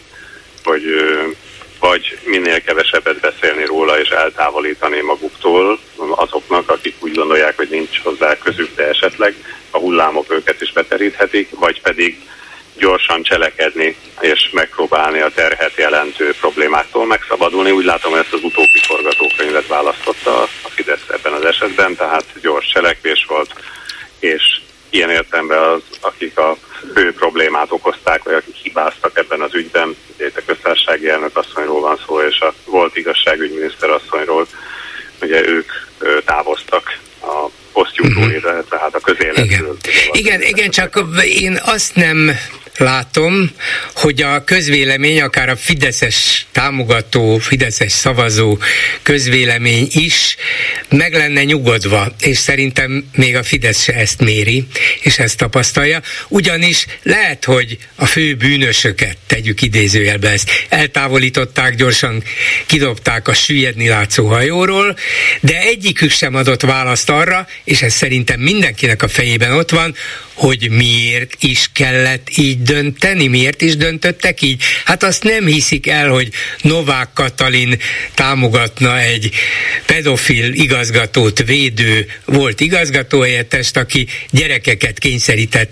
vagy minél kevesebbet beszélni róla és eltávolítani maguktól azoknak, akik úgy gondolják, hogy nincs hozzá közük, de esetleg a hullámok őket is beteríthetik, vagy pedig gyorsan cselekedni és megpróbálni a terhet jelentő problémáktól megszabadulni. Úgy látom, hogy ezt az utópi forgatókönyvet választotta a Fidesz ebben az esetben, tehát gyors cselekvés volt, és ilyen értelemben az, akik a fő problémát okozták, vagy akik hibáztak ebben az ügyben, itt a köztársasági elnök asszonyról van szó, és a volt igazságügyminiszter asszonyról, ugye ők távoztak a posztjukról, tehát a közéletről. Igen, csak én azt nem látom, hogy a közvélemény, akár a fideszes támogató, fideszes szavazó közvélemény is meg lenne nyugodva, és szerintem még a Fidesz se ezt méri, és ezt tapasztalja. Ugyanis lehet, hogy a fő bűnösöket, tegyük idézőjelbe ezt, eltávolították, gyorsan kidobták a süllyedni látszó hajóról, de egyikük sem adott választ arra, és ez szerintem mindenkinek a fejében ott van, hogy miért is kellett így dönteni, miért is döntöttek így. Hát azt nem hiszik el, hogy Novák Katalin támogatna egy pedofil igazgatót védő volt igazgatóhelyettest, aki gyerekeket kényszerített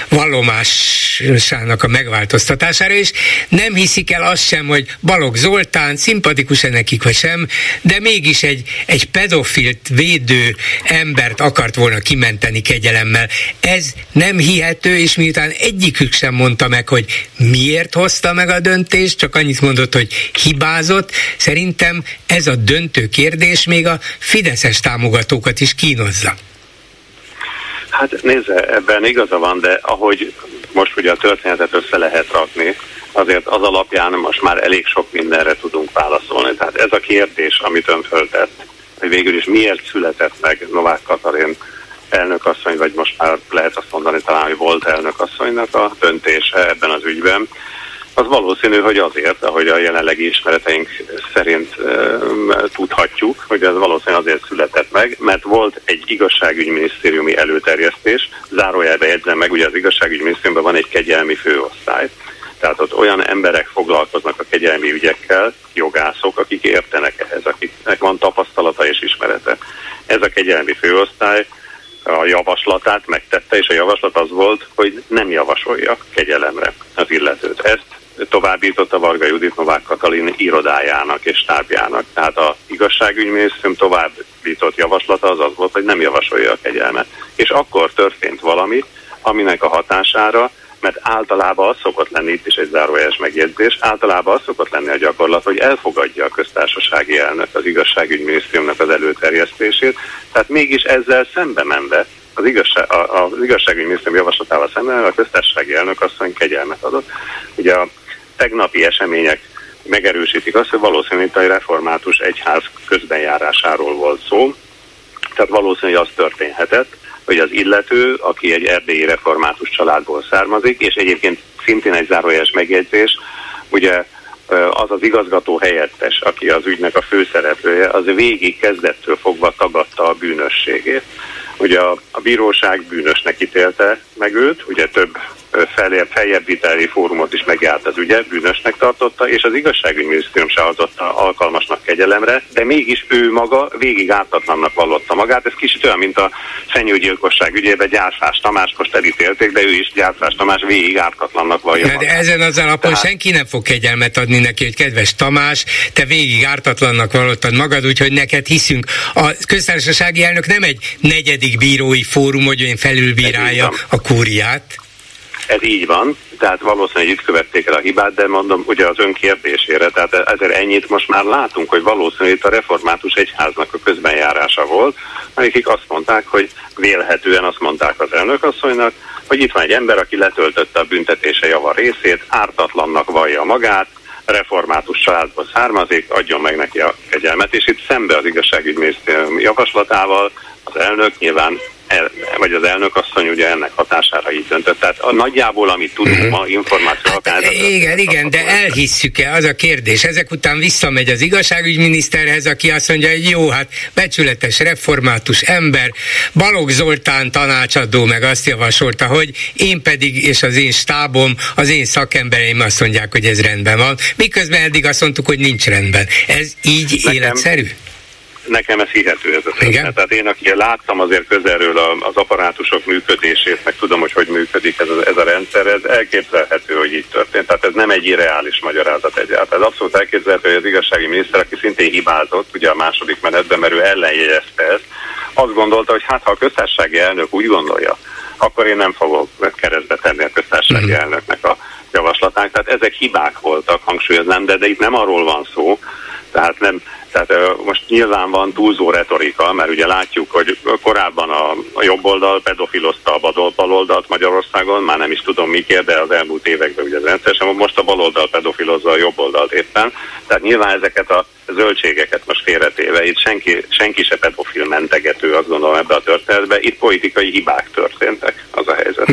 vallomásának a megváltoztatására, és nem hiszik el azt sem, hogy Balogh Zoltán szimpatikus-e nekik, vagy sem, de mégis egy pedofilt védő embert akart volna kimenteni kegyelemmel. Ez nem hihető, és miután egyikük sem mondta meg, hogy miért hozta meg a döntést, csak annyit mondott, hogy hibázott, szerintem ez a döntő kérdés még a fideszes támogatókat is kínozza. Hát nézze, ebben igaza van, de ahogy most ugye a történetet össze lehet rakni, azért az alapján most már elég sok mindenre tudunk válaszolni. Tehát ez a kérdés, amit ön föltett, hogy végül is miért született meg Novák Katalin elnökasszony, vagy most már lehet azt mondani talán, hogy volt elnökasszonynak a döntése ebben az ügyben, az valószínű, hogy azért, ahogy a jelenlegi ismereteink szerint tudhatjuk, hogy ez valószínűleg azért született meg, mert volt egy igazságügyminisztériumi előterjesztés, zárójelbe jegyzem meg, ugye az igazságügyminisztériumban van egy kegyelmi főosztály, tehát ott olyan emberek foglalkoznak a kegyelmi ügyekkel, jogászok, akik értenek ehhez, akiknek van tapasztalata és ismerete. Ez a kegyelmi főosztály a javaslatát megtette, és a javaslat az volt, hogy nem javasolja kegyelemre az illetőt. Ezt továbbította Varga Judit Novák Katalin irodájának és stábjának. Tehát az igazságügyminisztérium továbbított javaslata az volt, hogy nem javasolja a kegyelmet. És akkor történt valami, aminek a hatására, mert általában az szokott lenni, itt is egy zárójeles megjegyzés, általában az szokott lenni a gyakorlat, hogy elfogadja a köztársasági elnök az igazságügyminisztériumnak az előterjesztését, tehát mégis ezzel szembe menve, az igazságügyminisztérium javaslatával szemben a köztársasági elnök asszony kegyelmet adott. Ugye a tegnapi események megerősítik azt, hogy valószínűleg a református egyház közbenjárásáról volt szó, tehát valószínűleg az történhetett, hogy az illető, aki egy erdélyi református családból származik, és egyébként szintén egy zárójeles megjegyzés, ugye az az igazgató helyettes, aki az ügynek a főszereplője, az végig kezdettől fogva tagadta a bűnösségét. Ugye a bíróság bűnösnek ítélte meg őt, ugye több feljebbviteli fórumot is megjárt az ügyet, bűnösnek tartotta, és az igazságügyminisztérium se azotta alkalmasnak kegyyelemre, de mégis ő maga végig ártatlannak vallotta magát. Ez kicsit olyan, mint a fenyőgyilkosság ügyében Gyárfás Tamás, most elítélték, de ő is, Gyárfás Tamás, végig ártatlannak vallja magát. De ezen az alapon senki nem fog kegyelmet adni neki, hogy kedves Tamás, te végig ártatlannak vallottad magad, úgyhogy neked hiszünk. A köztársasági elnök nem egy negyedik bírói fórum, hogy én felülbírálja a kúriát. Ez így van, tehát valószínűleg itt követték el a hibát, de mondom, ugye az ön kérdésére, tehát ezért ennyit most már látunk, hogy valószínűleg itt a református egyháznak a közbenjárása volt, akik azt mondták, hogy vélhetően azt mondták az elnökasszonynak, hogy itt van egy ember, aki letöltötte a büntetése java részét, ártatlannak vallja magát, református családból származik, adjon meg neki a kegyelmet, és itt szembe az igazságügyminisztérium javaslatával az elnök nyilván vagy az elnökasszony ugye ennek hatására így döntött. Tehát nagyjából, amit tudunk ma információ alapján... Igen, de elhisszük-e, az a kérdés. Ezek után visszamegy az igazságügyminiszterhez, aki azt mondja, hogy jó, hát becsületes, református ember, Balogh Zoltán tanácsadó meg azt javasolta, hogy én pedig, és az én stábom, az én szakembereim azt mondják, hogy ez rendben van. Miközben eddig azt mondtuk, hogy nincs rendben. Ez így életszerű? Nekem ez hihető ez a történet. Tehát én, aki láttam azért közelről az apparátusok működését, meg tudom, hogy működik ez a rendszer, ez elképzelhető, hogy így történt. Tehát ez nem egy irreális magyarázat egyáltalán. Ez abszolút elképzelhető, hogy az igazsági miniszter, aki szintén hibázott, ugye a második menetben, mert ő ellenjegyezte ezt, azt gondolta, hogy hát ha a köztársasági elnök úgy gondolja, akkor én nem fogok keresztbe tenni a köztársasági elnöknek a javaslatát. Tehát ezek hibák voltak, hangsúlyoznám, de itt nem arról van szó, tehát most nyilván van túlzó retorika, mert ugye látjuk, hogy korábban a jobb oldal pedofilozta a baloldalt Magyarországon, már nem is tudom mikért, de az elmúlt években ugye ez rendszeresen, most a baloldal pedofilozza a jobb oldalt éppen. Tehát nyilván ezeket a zöldségeket most félretéve, itt senki se pedofil mentegető, azt gondolom ebbe a történetbe, itt politikai hibák történtek, az a helyzet.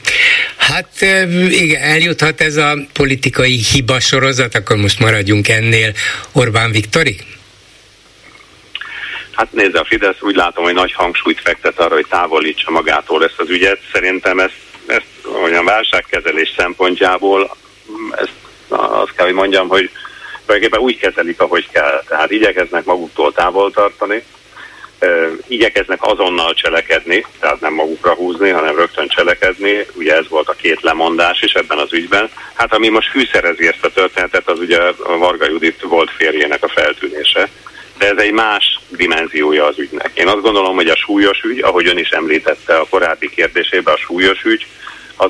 Hát igen, eljuthat ez a politikai hiba sorozat, akkor most maradjunk ennél Orbán Viktorig? Hát nézze, a Fidesz úgy látom, hogy nagy hangsúlyt fektet arra, hogy távolítsa magától ezt az ügyet. Szerintem ezt olyan válságkezelés szempontjából, azt kell, hogy mondjam, hogy tulajdonképpen úgy kezelik, ahogy kell. Tehát igyekeznek maguktól távol tartani, igyekeznek azonnal cselekedni, tehát nem magukra húzni, hanem rögtön cselekedni. Ugye ez volt a két lemondás is ebben az ügyben. Hát ami most fűszerezi ezt a történetet, az ugye a Varga Judit volt férjének a feltűnése. De ez egy más dimenziója az ügynek. Én azt gondolom, hogy a súlyos ügy, ahogy ön is említette a korábbi kérdésében, a súlyos ügy, az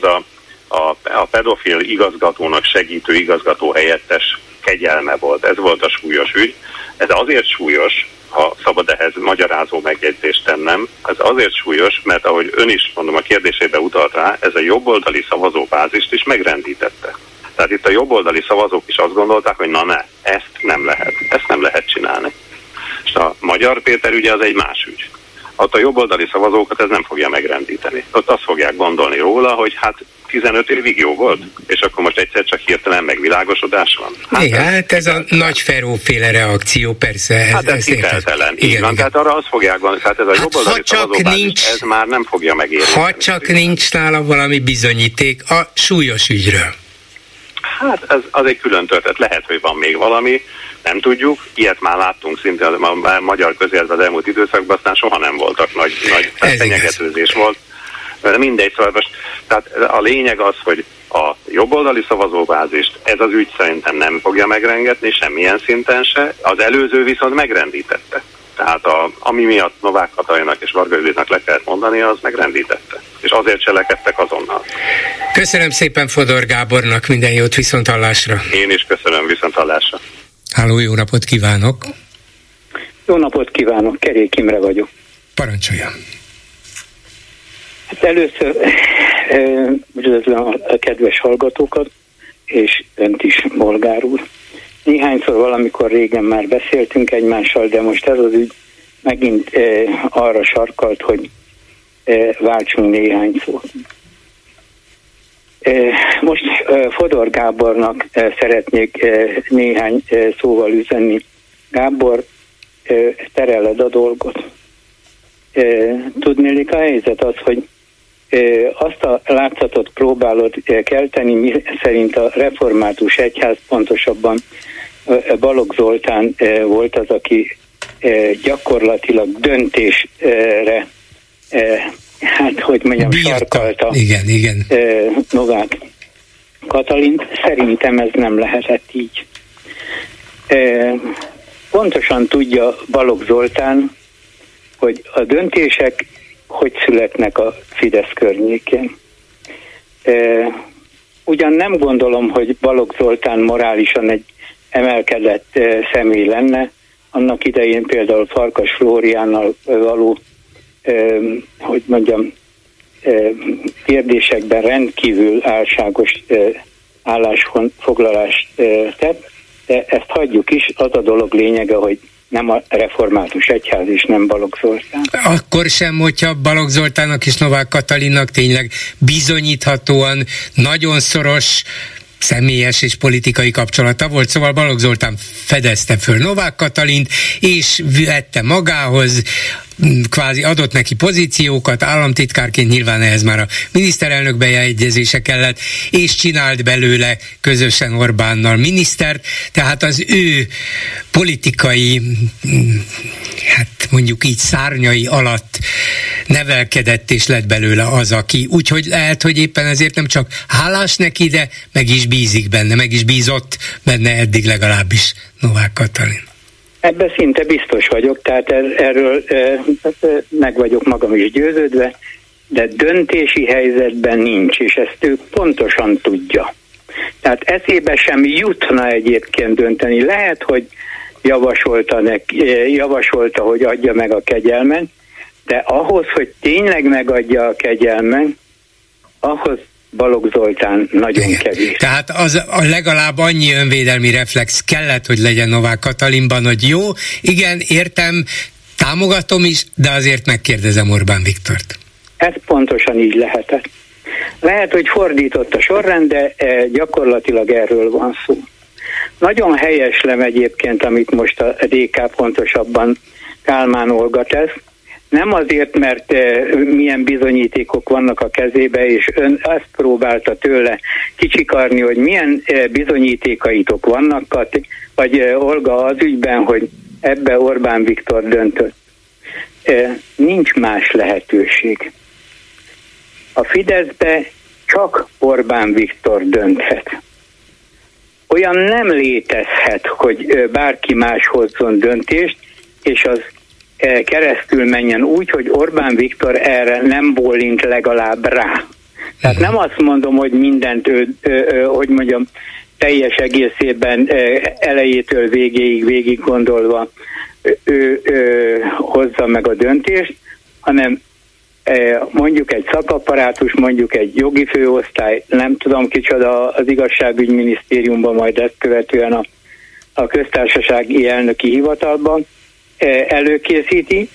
a pedofil igazgatónak segítő igazgató helyettes kegyelme volt. Ez volt a súlyos ügy. Ez azért súlyos, ha szabad ehhez magyarázó megjegyzést tennem, ez azért súlyos, mert ahogy ön is, mondom, a kérdésébe utalt rá, ez a jobboldali szavazóbázist is megrendítette. Tehát itt a jobboldali szavazók is azt gondolták, hogy ezt nem lehet csinálni. És a Magyar Péter ügye az egy más ügy. Ott a jobboldali szavazókat ez nem fogja megrendíteni. Ott azt fogják gondolni róla, hogy hát 15 évig jó volt, és akkor most egyszer csak hirtelen megvilágosodás van. Hát ez a Nagy Feró-féle reakció, persze. Ez hiteltelen. Így van, tehát arra azt fogják gondolni, tehát ez a jobboldali szavazóbázis, ez már nem fogja megérni. Ha csak nincs nála valami bizonyíték a súlyos ügyről. Hát az egy külön történet. Lehet, hogy van még valami, nem tudjuk. Ilyet már láttunk szinte a magyar közéletben az elmúlt időszakban, aztán soha nem voltak nagy fenyegetőzés volt. De mindegy, szóval most, tehát a lényeg az, hogy a jobboldali szavazóbázist ez az ügy szerintem nem fogja megrengetni, semmilyen szinten se. Az előző viszont megrendítette. Tehát ami miatt Novák Katalinnak és Varga Juditnak le kellett mondani, az megrendítette. És azért cselekedtek azonnal. Köszönöm szépen Fodor Gábornak, minden jót, viszonthallásra. Én is köszönöm, viszonthallásra. Háló, jó napot kívánok! Jó napot kívánok, Kerék Imre vagyok. Parancsoljon! Hát először üdvözlöm a kedves hallgatókat, és önt is, Bolgár úr. Néhányszor valamikor régen már beszéltünk egymással, de most ez az ügy megint arra sarkalt, hogy váltsunk néhány szót. Most Fodor Gábornak szeretnék néhány szóval üzenni. Gábor, tereled a dolgot. tudnélik a helyzet az, hogy azt a látszatot próbálod kelteni, mi szerint a református egyház, pontosabban Balogh Zoltán volt az, aki gyakorlatilag döntésre, hát hogy mondjam, sarkalta igen. Novák Katalint. Szerintem ez nem lehetett így. Pontosan tudja Balogh Zoltán, hogy a döntések hogy születnek a Fidesz környékén. Ugyan nem gondolom, hogy Balogh Zoltán morálisan egy emelkedett személy lenne, annak idején például Farkas Flóriánnal való, hogy mondjam, kérdésekben rendkívül álságos állásfoglalást tett, de ezt hagyjuk is, az a dolog lényege, hogy nem a református egyház és nem Balogh Zoltán. Akkor sem, hogyha Balogh Zoltánnak és Novák Katalinnak tényleg bizonyíthatóan nagyon szoros személyes és politikai kapcsolata volt, szóval Balogh Zoltán fedezte föl Novák Katalint, és vette magához, kvázi adott neki pozíciókat, államtitkárként, nyilván ehhez már a miniszterelnök beleegyezése kellett, és csinált belőle közösen Orbánnal minisztert, tehát az ő politikai, hát mondjuk így szárnyai alatt nevelkedett, és lett belőle az, aki. Úgyhogy lehet, hogy éppen ezért nem csak hálás neki, de meg is bízik benne, meg is bízott benne eddig legalábbis Novák Katalin. Ebben szinte biztos vagyok, tehát erről meg vagyok magam is győződve, de döntési helyzetben nincs, és ezt ő pontosan tudja. Tehát eszébe sem jutna egyébként dönteni. Lehet, hogy javasolta, hogy adja meg a kegyelmet, de ahhoz, hogy tényleg megadja a kegyelmet, ahhoz Balogh Zoltán nagyon kevés. Tehát az a legalább annyi önvédelmi reflex kellett, hogy legyen Novák Katalinban, hogy jó, igen, értem, támogatom is, de azért megkérdezem Orbán Viktort. Ez pontosan így lehetett. Lehet, hogy fordított a sorrend, de gyakorlatilag erről van szó. Nagyon helyeslem egyébként, amit most a DK, pontosabban Kálmán Olga tesz. Nem azért, mert milyen bizonyítékok vannak a kezébe, és ön azt próbálta tőle kicsikarni, hogy milyen bizonyítékaitok vannak, vagy Olga az ügyben, hogy ebbe Orbán Viktor döntött. Nincs más lehetőség. A Fideszbe csak Orbán Viktor dönthet. Olyan nem létezhet, hogy bárki más hozzon döntést, és az keresztül menjen úgy, hogy Orbán Viktor erre nem bólint legalább rá. Tehát nem azt mondom, hogy mindent hogy mondjam, teljes egészében elejétől végig gondolva ő hozza meg a döntést, hanem mondjuk egy szakapparátus, mondjuk egy jogi főosztály, nem tudom kicsoda az igazságügyminisztériumban, majd ezt követően a köztársasági elnöki hivatalban előkészíti,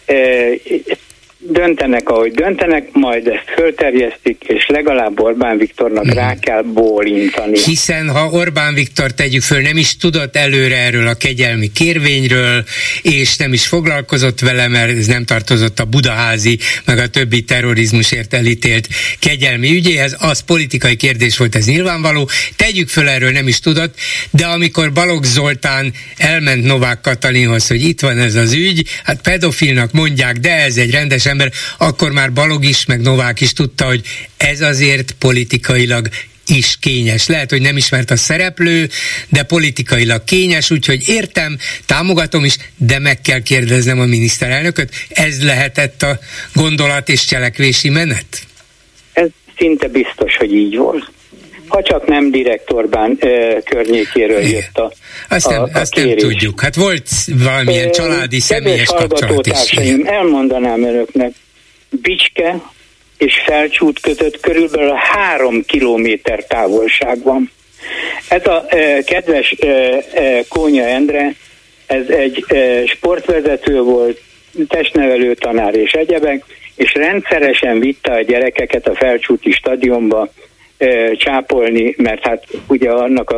döntenek, ahogy döntenek, majd ezt fölterjesztik, és legalább Orbán Viktornak rá kell bólintani. Hiszen ha Orbán Viktor, tegyük föl, nem is tudott előre erről a kegyelmi kérvényről, és nem is foglalkozott vele, mert ez nem tartozott a budaházi, meg a többi terrorizmusért elítélt kegyelmi ügyéhez, az politikai kérdés volt, ez nyilvánvaló. Tegyük föl, erről nem is tudott, de amikor Balogh Zoltán elment Novák Katalinhoz, hogy itt van ez az ügy, hát pedofilnak mondják, de ez egy rendes ember, akkor már Balogh is, meg Novák is tudta, hogy ez azért politikailag is kényes. Lehet, hogy nem ismert a szereplő, de politikailag kényes, úgyhogy értem, támogatom is, de meg kell kérdeznem a miniszterelnököt. Ez lehetett a gondolat és cselekvési menet? Ez szinte biztos, hogy így volt. Ha csak nem direkt Orbán környékéről jött azt nem tudjuk. Hát volt valamilyen családi, személyes kapcsolat is. Elmondanám önöknek, Bicske és Felcsút között körülbelül 3 kilométer távolság van. Ez a kedves Kónya Endre, ez egy sportvezető volt, testnevelő tanár és egyebek, és rendszeresen vitte a gyerekeket a Felcsúti stadionba csápolni, mert hát ugye annak a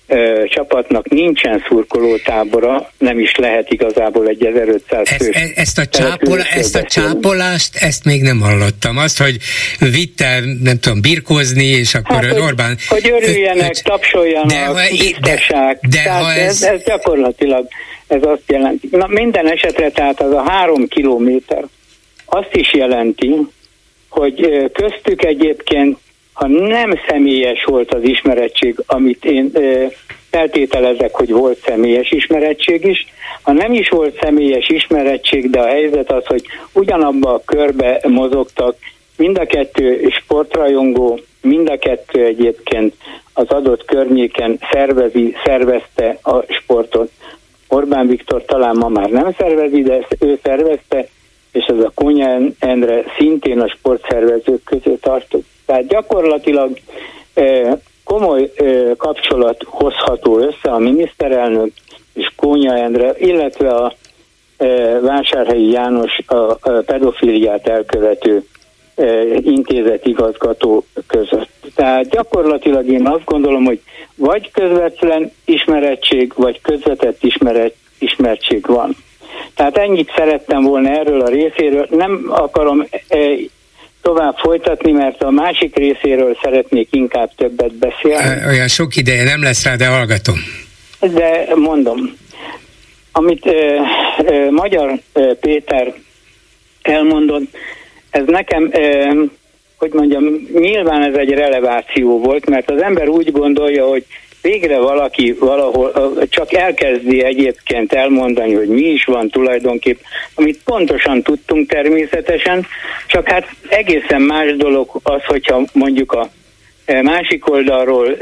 csapatnak nincsen szurkolótábora, nem is lehet igazából egy 1500 fős. Ezt a csápolást, ezt még nem hallottam. Azt, hogy vitte, nem tudom, birkózni, és akkor Orbán... Hogy örüljenek, tapsoljanak, biztoság. Ez gyakorlatilag ez azt jelenti. Na, minden esetre tehát az a 3 kilométer azt is jelenti, hogy köztük egyébként, ha nem személyes volt az ismerettség, amit én feltételezek, hogy volt személyes ismerettség is, ha nem is volt személyes ismerettség, de a helyzet az, hogy ugyanabba a körbe mozogtak, mind a kettő sportrajongó, mind a kettő egyébként az adott környéken szervezte a sportot. Orbán Viktor talán ma már nem szervezi, de ezt ő szervezte, és ez a Kónya Endre szintén a sportszervezők közé tartott. Tehát gyakorlatilag komoly kapcsolat hozható össze a miniszterelnök és Kónya Endre, illetve a Vásárhelyi János a pedofiliát elkövető intézet igazgató között. Tehát gyakorlatilag én azt gondolom, hogy vagy közvetlen ismerettség, vagy közvetett ismertség van. Tehát ennyit szerettem volna erről a részéről. Nem akarom tovább folytatni, mert a másik részéről szeretnék inkább többet beszélni. Olyan sok ideje nem lesz rá, de hallgatom. De mondom, amit Magyar Péter elmondott, ez nekem, hogy mondjam, nyilván ez egy releváció volt, mert az ember úgy gondolja, hogy végre valaki valahol csak elkezdi egyébként elmondani, hogy mi is van tulajdonképp, amit pontosan tudtunk természetesen, csak hát egészen más dolog az, hogyha mondjuk a másik oldalról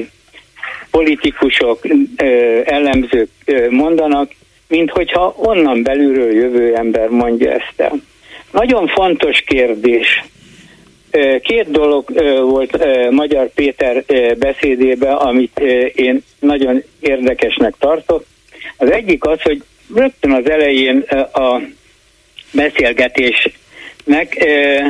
politikusok, elemzők mondanak, mint hogyha onnan belülről jövő ember mondja ezt el. Nagyon fontos kérdés. Két dolog volt Magyar Péter beszédében, amit én nagyon érdekesnek tartok. Az egyik az, hogy rögtön az elején a beszélgetésnek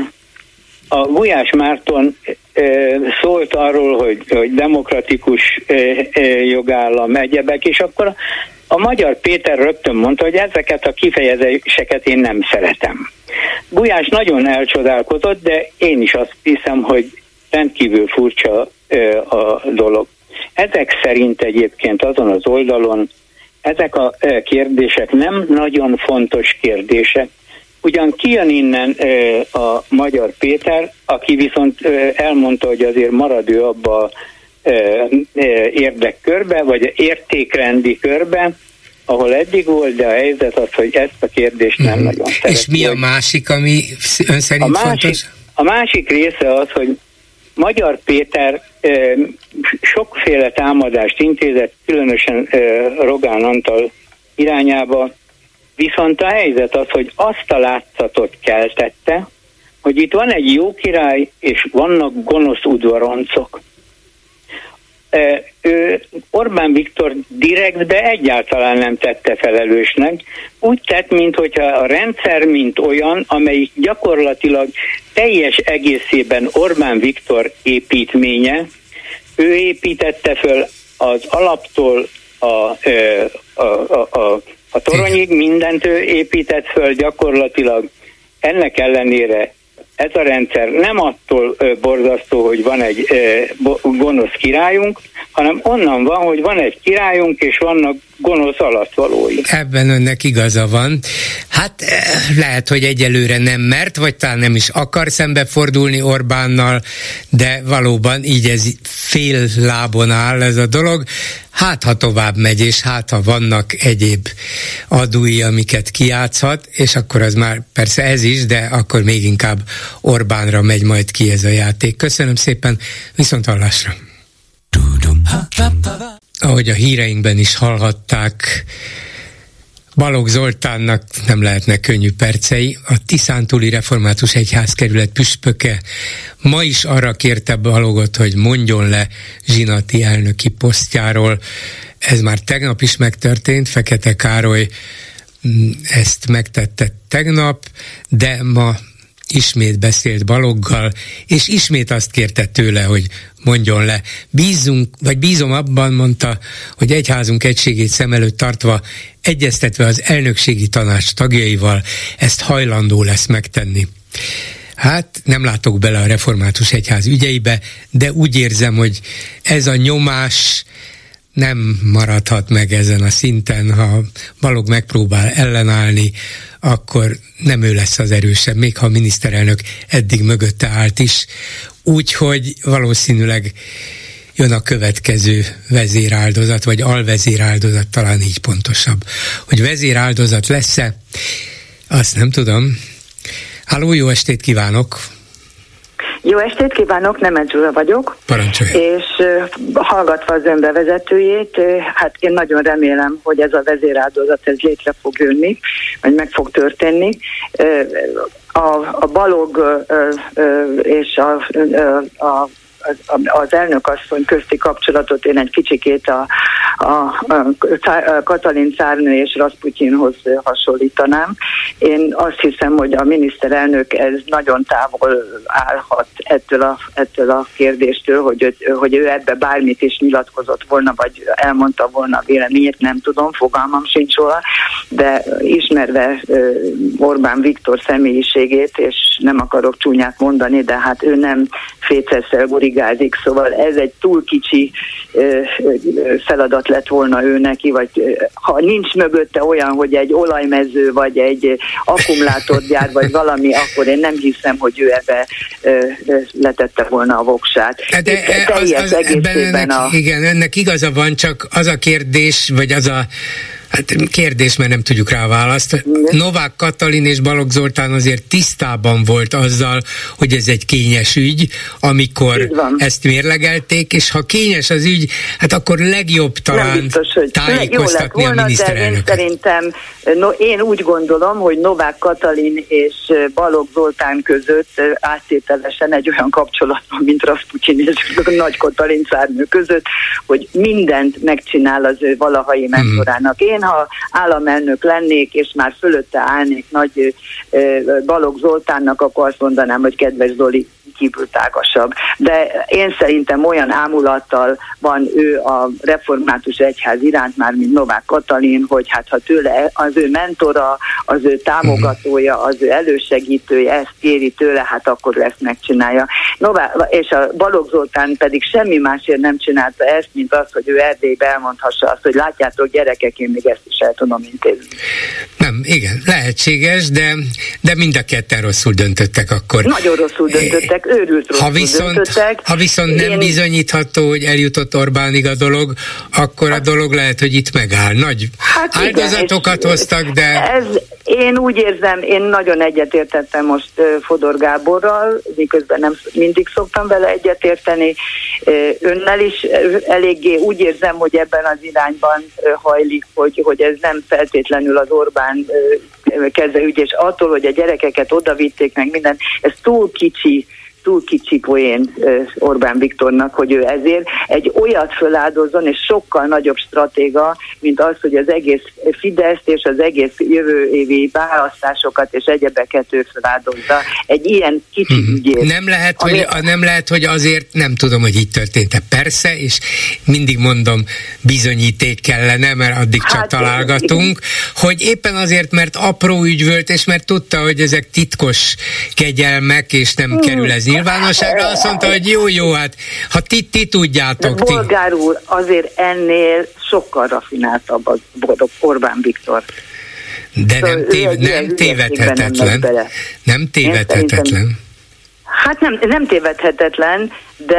a Gulyás Márton szólt arról, hogy demokratikus jogállam, egyebek, és akkor a Magyar Péter rögtön mondta, hogy ezeket a kifejezéseket én nem szeretem. Gulyás nagyon elcsodálkozott, de én is azt hiszem, hogy rendkívül furcsa a dolog. Ezek szerint egyébként azon az oldalon ezek a kérdések nem nagyon fontos kérdések. Ugyan kijön innen a Magyar Péter, aki viszont elmondta, hogy azért marad ő abba érdekkörbe, vagy értékrendi körbe, ahol eddig volt, de a helyzet az, hogy ezt a kérdést nem nagyon szereti. És mi a másik, ami ön szerint fontos? A másik része az, hogy Magyar Péter sokféle támadást intézett, különösen Rogán Antal irányába, viszont a helyzet az, hogy azt a látszatot keltette, hogy itt van egy jó király, és vannak gonosz udvaroncok. Orbán Viktor direktbe egyáltalán nem tette felelősnek. Úgy tett, mintha a rendszer mint olyan, amelyik gyakorlatilag teljes egészében Orbán Viktor építménye, ő építette föl az alaptól a toronyig, mindent ő épített föl gyakorlatilag. Ennek ellenére ez a rendszer nem attól borzasztó, hogy van egy gonosz királyunk, hanem onnan van, hogy van egy királyunk, és vannak gonosz alattvalói. Ebben önnek igaza van. Hát lehet, hogy egyelőre nem mert, vagy talán nem is akar szembefordulni Orbánnal, de valóban így ez fél lábon áll ez a dolog. Hát, ha tovább megy, és hát, ha vannak egyéb adói, amiket kijátszhat, és akkor az már persze ez is, de akkor még inkább Orbánra megy majd ki ez a játék. Köszönöm szépen, viszonthallásra! Ahogy a híreinkben is hallhatták, Balogh Zoltánnak nem lehetnek könnyű percei. A Tiszántúli Református Egyházkerület püspöke ma is arra kérte Balogot, hogy mondjon le Zsinati elnöki posztjáról. Ez már tegnap is megtörtént, Fekete Károly ezt megtette tegnap, de ma ismét beszélt Baloggal, és ismét azt kérte tőle, hogy mondjon le. Bízom abban, mondta, hogy egyházunk egységét szem előtt tartva, egyeztetve az elnökségi tanács tagjaival, ezt hajlandó lesz megtenni. Hát nem látok bele a református egyház ügyeibe, de úgy érzem, hogy ez a nyomás nem maradhat meg ezen a szinten. Ha Balogh megpróbál ellenállni, akkor nem ő lesz az erősebb, még ha a miniszterelnök eddig mögötte állt is. Úgyhogy valószínűleg jön a következő vezéráldozat, vagy alvezéráldozat, talán így pontosabb. Hogy vezéráldozat lesz-e, azt nem tudom. Halló, jó estét kívánok! Jó estét kívánok, Nemet Zsula vagyok. Parancsolja. És hallgatva az önbevezetőjét, hát én nagyon remélem, hogy ez a vezéráldozat ez létre fog jönni, vagy meg fog történni. A Balogh és az elnökasszony közti kapcsolatot én egy kicsikét a Katalin cárnő és Rasputyinhoz hasonlítanám. Én azt hiszem, hogy a miniszterelnök ez nagyon távol állhat ettől a kérdéstől, hogy ő ebbe bármit is nyilatkozott volna, vagy elmondta volna a véleményét, nem tudom, fogalmam sincs róla, de ismerve Orbán Viktor személyiségét, és nem akarok csúnyát mondani, de hát ő nem fécesszel gurigázik, szóval ez egy túl kicsi feladat lett volna ő neki, vagy ha nincs mögötte olyan, hogy egy olajmező, vagy egy akkumulátorgyár, vagy valami, akkor én nem hiszem, hogy ő ebbe letette volna a voksát. Igen, önnek igaza van, csak az a kérdés, vagy az a kérdés, mert nem tudjuk rá választ. Novák Katalin és Balogh Zoltán azért tisztában volt azzal, hogy ez egy kényes ügy, amikor ezt mérlegelték, és ha kényes az ügy, hát akkor legjobb talán biztos, tájékoztatni a miniszterelnököt. Én úgy gondolom, hogy Novák Katalin és Balogh Zoltán között áttételesen egy olyan kapcsolat van, mint Rasputyin és Nagy Katalin cárnő között, hogy mindent megcsinál az ő valahai mentorának. Én, ha államelnök lennék, és már fölötte állnék Nagy Balogh Zoltánnak, akkor azt mondanám, hogy kedves Zoli, kívül tágasabb. De én szerintem olyan ámulattal van ő a református egyház iránt, már mint Novák Katalin, hogy hát ha tőle az ő mentora, az ő támogatója, az ő elősegítője ezt kéri tőle, hát akkor ezt megcsinálja. És a Balogh Zoltán pedig semmi másért nem csinálta ezt, mint az, hogy ő Erdélybe elmondhassa azt, hogy látjátok gyerekek, én még ezt is el tudom intézni. Nem, igen, lehetséges, de mind a ketten rosszul döntöttek akkor. Nagyon rosszul döntöttek, őrült rosszul döntöttek. Ha viszont nem bizonyítható, hogy eljutott Orbánig a dolog, akkor a dolog lehet, hogy itt megáll. Nagy áldozatokat hoztak, de... Én úgy érzem, én nagyon egyetértettem most Fodor Gáborral, miközben nem mindig szoktam vele egyetérteni. Önnel is eléggé úgy érzem, hogy ebben az irányban hajlik, hogy ez nem feltétlenül az Orbán kezeügy, és attól, hogy a gyerekeket odavitték meg minden, ez túl kicsi poén Orbán Viktornak, hogy ő ezért egy olyat föláldozzon, és sokkal nagyobb stratéga, mint az, hogy az egész Fideszt és az egész jövő évi választásokat és egyebeket ő föláldozza. Egy ilyen kicsi ügyét. Nem lehet, hogy azért nem tudom, hogy így történt. Persze, és mindig mondom, bizonyíték kellene, mert addig csak találgatunk, hogy éppen azért, mert apró ügy volt, és mert tudta, hogy ezek titkos kegyelmek, és nem kerül ez nyilvánosságra, azt mondta, hogy jó, hát ha ti tudjátok. De Bolgár úr, azért ennél sokkal rafináltabb az Orbán Viktor. De nem tévedhetetlen. Nem tévedhetetlen. Hát nem tévedhetetlen,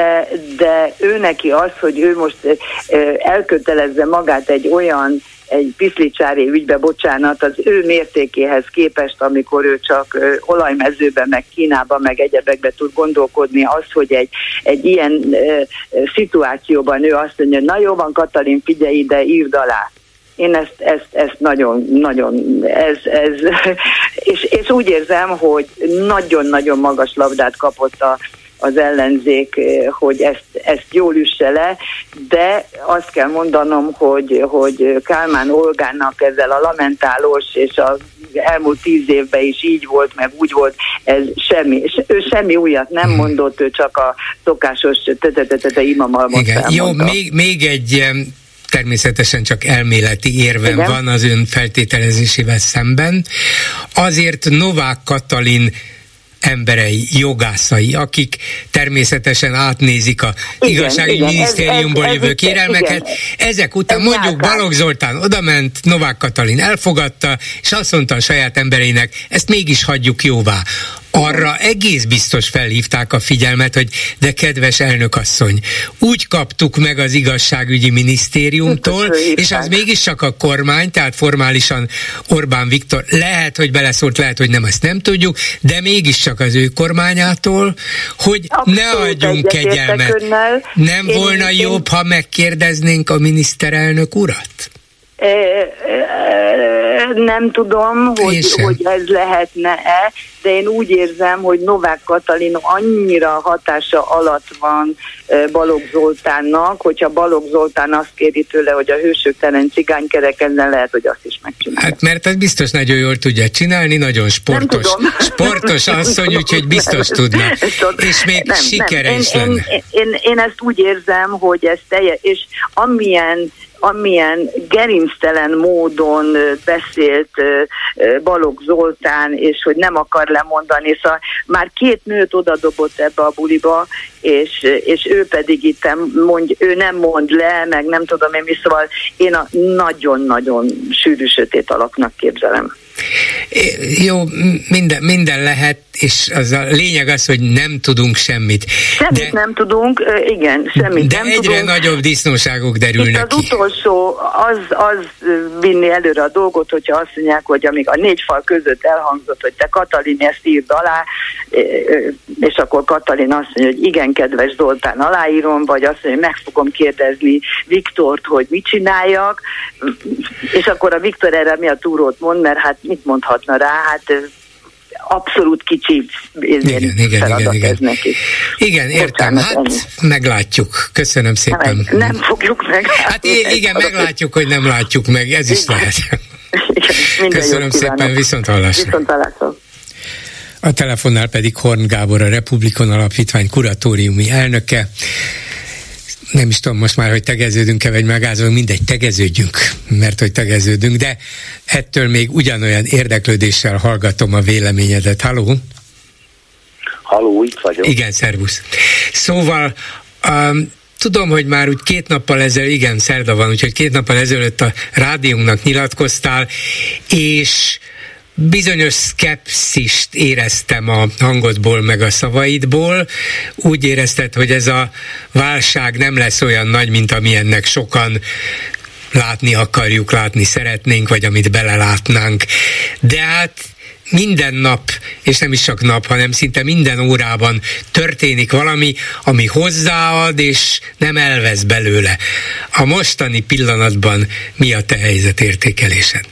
de ő neki az, hogy ő most elkötelezze magát egy piszlicsári ügybe, bocsánat, az ő mértékéhez képest, amikor ő csak olajmezőben, meg Kínában, meg egyebekbe tud gondolkodni, az, hogy egy ilyen szituációban ő azt mondja, na jó van, Katalin, figyelj ide, írd alá. Én ezt nagyon, és úgy érzem, hogy nagyon-nagyon magas labdát kapott az ellenzék, hogy ezt jól üsse le, de azt kell mondanom, hogy Kálmán Olgának ezzel a lamentálós, és az elmúlt 10 évben is így volt, meg úgy volt, ez semmi, ő semmi újat nem mondott, ő csak a szokásos imamalmot felmondta. Jó, még egy természetesen csak elméleti érvem van az ön feltételezésével szemben. Azért Novák Katalin emberei, jogászai, akik természetesen átnézik a igazságügyi minisztériumból jövő kérelmeket. Ezek után mondjuk Balogh Zoltán odament, Novák Katalin elfogadta, és azt mondta a saját embereinek, ezt mégis hagyjuk jóvá. Arra egész biztos felhívták a figyelmet, hogy de kedves elnökasszony, úgy kaptuk meg az igazságügyi minisztériumtól, és az mégiscsak a kormány, tehát formálisan Orbán Viktor lehet, hogy beleszólt, lehet, hogy nem, ezt nem tudjuk, de mégiscsak az ő kormányától, hogy abszolút ne adjunk kegyelmet. Nem volna jobb, ha megkérdeznénk a miniszterelnök urat? Nem tudom, hogy ez lehetne-e, de én úgy érzem, hogy Novák Katalin annyira hatása alatt van Balogh Zoltánnak, hogyha Balogh Zoltán azt kéri tőle, hogy a hősöktelen cigánykerekedne, lehet, hogy azt is megcsinálja. Hát mert ez biztos nagyon jól tudja csinálni, nagyon sportos asszony, úgyhogy biztos tudna. És még sikere is lenne. Én ezt úgy érzem, hogy ez és amilyen gerinctelen módon beszélt Balogh Zoltán, és hogy nem akar lemondani, szóval már 2 nőt odadobott ebbe a buliba, és ő pedig itt ő nem mond le, meg nem tudom én mi, szóval én a nagyon-nagyon sűrű sötét alaknak képzelem. Jó, minden lehet, és az a lényeg az, hogy nem tudunk semmit. Semmit nem tudunk, igen, semmit de nem egyre tudunk. nagyobb disznóságok derülnek ki. Az utolsó, az vinni előre a dolgot, hogyha azt mondják, hogy amíg a 4 fal között elhangzott, hogy te Katalin ezt írd alá, és akkor Katalin azt mondja, hogy igen, kedves Zoltán, aláírom, vagy azt mondja, hogy meg fogom kérdezni Viktort, hogy mit csináljak, és akkor a Viktor erre mi a túrót mond, mert hát mit mondhatna rá, hát abszolút kicsi feladat ez neki. Igen, értem, hát meglátjuk. Köszönöm szépen. Nem fogjuk meg. Hát igen, meglátjuk, hogy nem látjuk meg, ez is lehet. Köszönöm szépen, viszonthallásra. A telefonnál pedig Horn Gábor, a Republikon Alapítvány kuratóriumi elnöke. Nem is tudom most már, hogy tegeződünk-e, vagy megázolunk, mindegy, tegeződjünk, mert hogy tegeződünk, de ettől még ugyanolyan érdeklődéssel hallgatom a véleményedet. Halló? Halló, itt vagyok. Igen, szervusz. Szóval tudom, hogy már úgy 2 nappal ezelőtt, igen, szerda van, úgyhogy 2 nappal ezelőtt a rádiónknak nyilatkoztál, és bizonyos szkepszist éreztem a hangodból, meg a szavaidból. Úgy érezted, hogy ez a válság nem lesz olyan nagy, mint amilyennek sokan látni akarjuk, látni szeretnénk, vagy amit belelátnánk. De hát minden nap, és nem is csak nap, hanem szinte minden órában történik valami, ami hozzáad, és nem elvesz belőle. A mostani pillanatban mi a te helyzetértékelésed?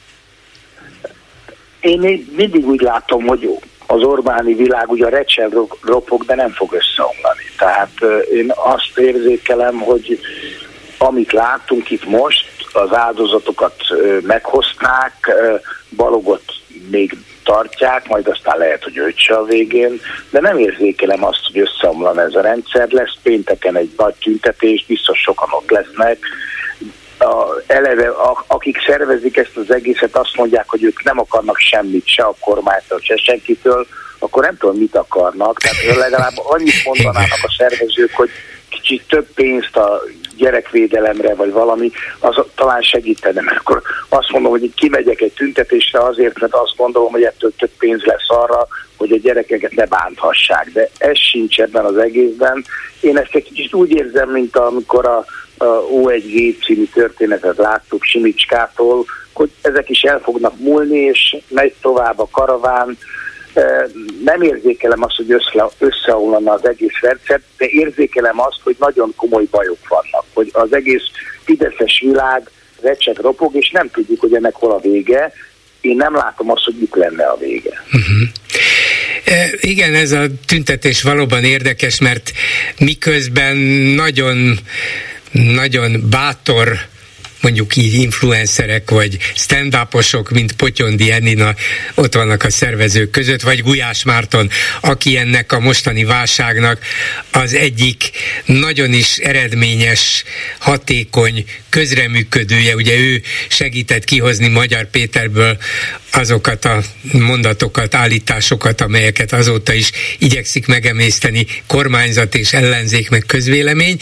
Én mindig úgy látom, hogy az Orbáni világ ugye recsen ropog, de nem fog összeomlani. Tehát én azt érzékelem, hogy amit láttunk itt most, az áldozatokat meghozták, Balogot még tartják, majd aztán lehet, hogy őt se a végén, de nem érzékelem azt, hogy összeomlan ez a rendszer. Lesz pénteken egy nagy tüntetés, biztos sokan ott lesznek. Eleve akik szervezik ezt az egészet, azt mondják, hogy ők nem akarnak semmit, se a kormánytól, se senkitől, akkor nem tudom, mit akarnak. Tehát legalább annyit mondanának a szervezők, hogy kicsit több pénzt a gyerekvédelemre, vagy valami, az talán segítene, mert akkor azt mondom, hogy kimegyek egy tüntetésre azért, mert azt gondolom, hogy ettől több pénz lesz arra, hogy a gyerekeket ne bánthassák. De ez sincs ebben az egészben. Én ezt egy kicsit úgy érzem, mint amikor a O1G című történetet láttuk Simicskától, hogy ezek is el fognak múlni, és megy tovább a karaván. Nem érzékelem azt, hogy összeomlana az egész rendszer, de érzékelem azt, hogy nagyon komoly bajok vannak, hogy az egész fideszes világ recseg ropog, és nem tudjuk, hogy ennek hol a vége. Én nem látom azt, hogy mit lenne a vége. Igen, ez a tüntetés valóban érdekes, mert miközben nagyon bátor mondjuk így influencerek, vagy stand-uposok, mint Potyondi Ennina, ott vannak a szervezők között, vagy Gulyás Márton, aki ennek a mostani válságnak az egyik nagyon is eredményes, hatékony közreműködője. Ugye ő segített kihozni Magyar Péterből azokat a mondatokat, állításokat, amelyeket azóta is igyekszik megemészteni kormányzat és ellenzék meg közvélemény,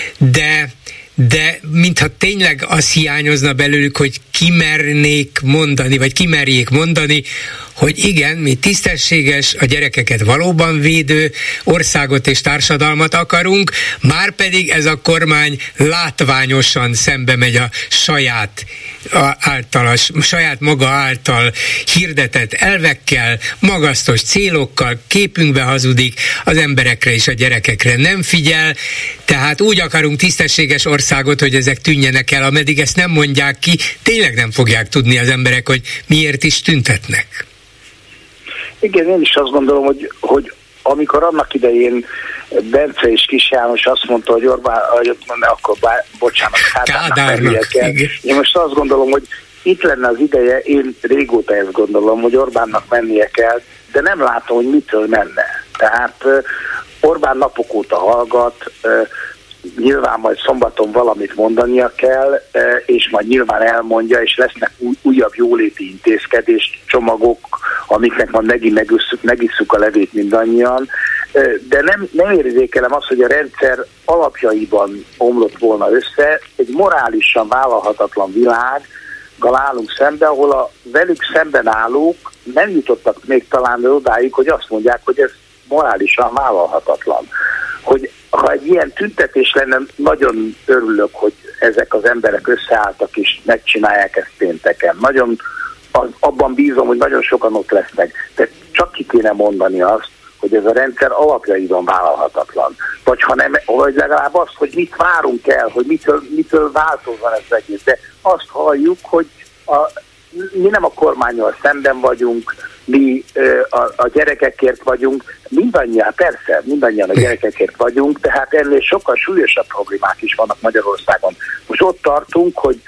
de mintha tényleg az hiányozna belőlük, hogy kimernék mondani, vagy kimerjék mondani, hogy igen, mi tisztességes, a gyerekeket valóban védő országot és társadalmat akarunk, márpedig ez a kormány látványosan szembe megy a saját maga által hirdetett elvekkel, magasztos célokkal, képünkbe hazudik, az emberekre és a gyerekekre nem figyel, tehát úgy akarunk tisztességes országot, hogy ezek tűnjenek el, ameddig ezt nem mondják ki, tényleg nem fogják tudni az emberek, hogy miért is tüntetnek. Igen, én is azt gondolom, hogy amikor annak idején Bence és Kis János azt mondta, hogy Orbán, Kádárnak kell. Én most azt gondolom, hogy itt lenne az ideje, én régóta ezt gondolom, hogy Orbánnak mennie kell, de nem látom, hogy mitől menne. Tehát Orbán napok óta hallgat, nyilván majd szombaton valamit mondania kell, és majd nyilván elmondja, és lesznek újabb jóléti intézkedés csomagok, amiknek majd megisszuk a levét mindannyian, de nem érzékelem azt, hogy a rendszer alapjaiban omlott volna össze, egy morálisan vállalhatatlan világgal állunk szembe, ahol a velük szemben állók nem jutottak még talán odáig, hogy azt mondják, hogy ez morálisan vállalhatatlan. Hogy ha egy ilyen tüntetés lenne, nagyon örülök, hogy ezek az emberek összeálltak és megcsinálják ezt pénteken. Nagyon abban bízom, hogy nagyon sokan ott lesznek. De csak ki kéne mondani azt, hogy ez a rendszer alapjaiban vállalhatatlan. Vagy legalább azt, hogy mit várunk el, hogy mitől változzon ez egész. De azt halljuk, hogy mi nem a kormánnyal szemben vagyunk, mi a gyerekekért vagyunk, mindannyian a gyerekekért vagyunk, tehát ennél sokkal súlyosabb problémák is vannak Magyarországon. Most ott tartunk, hogy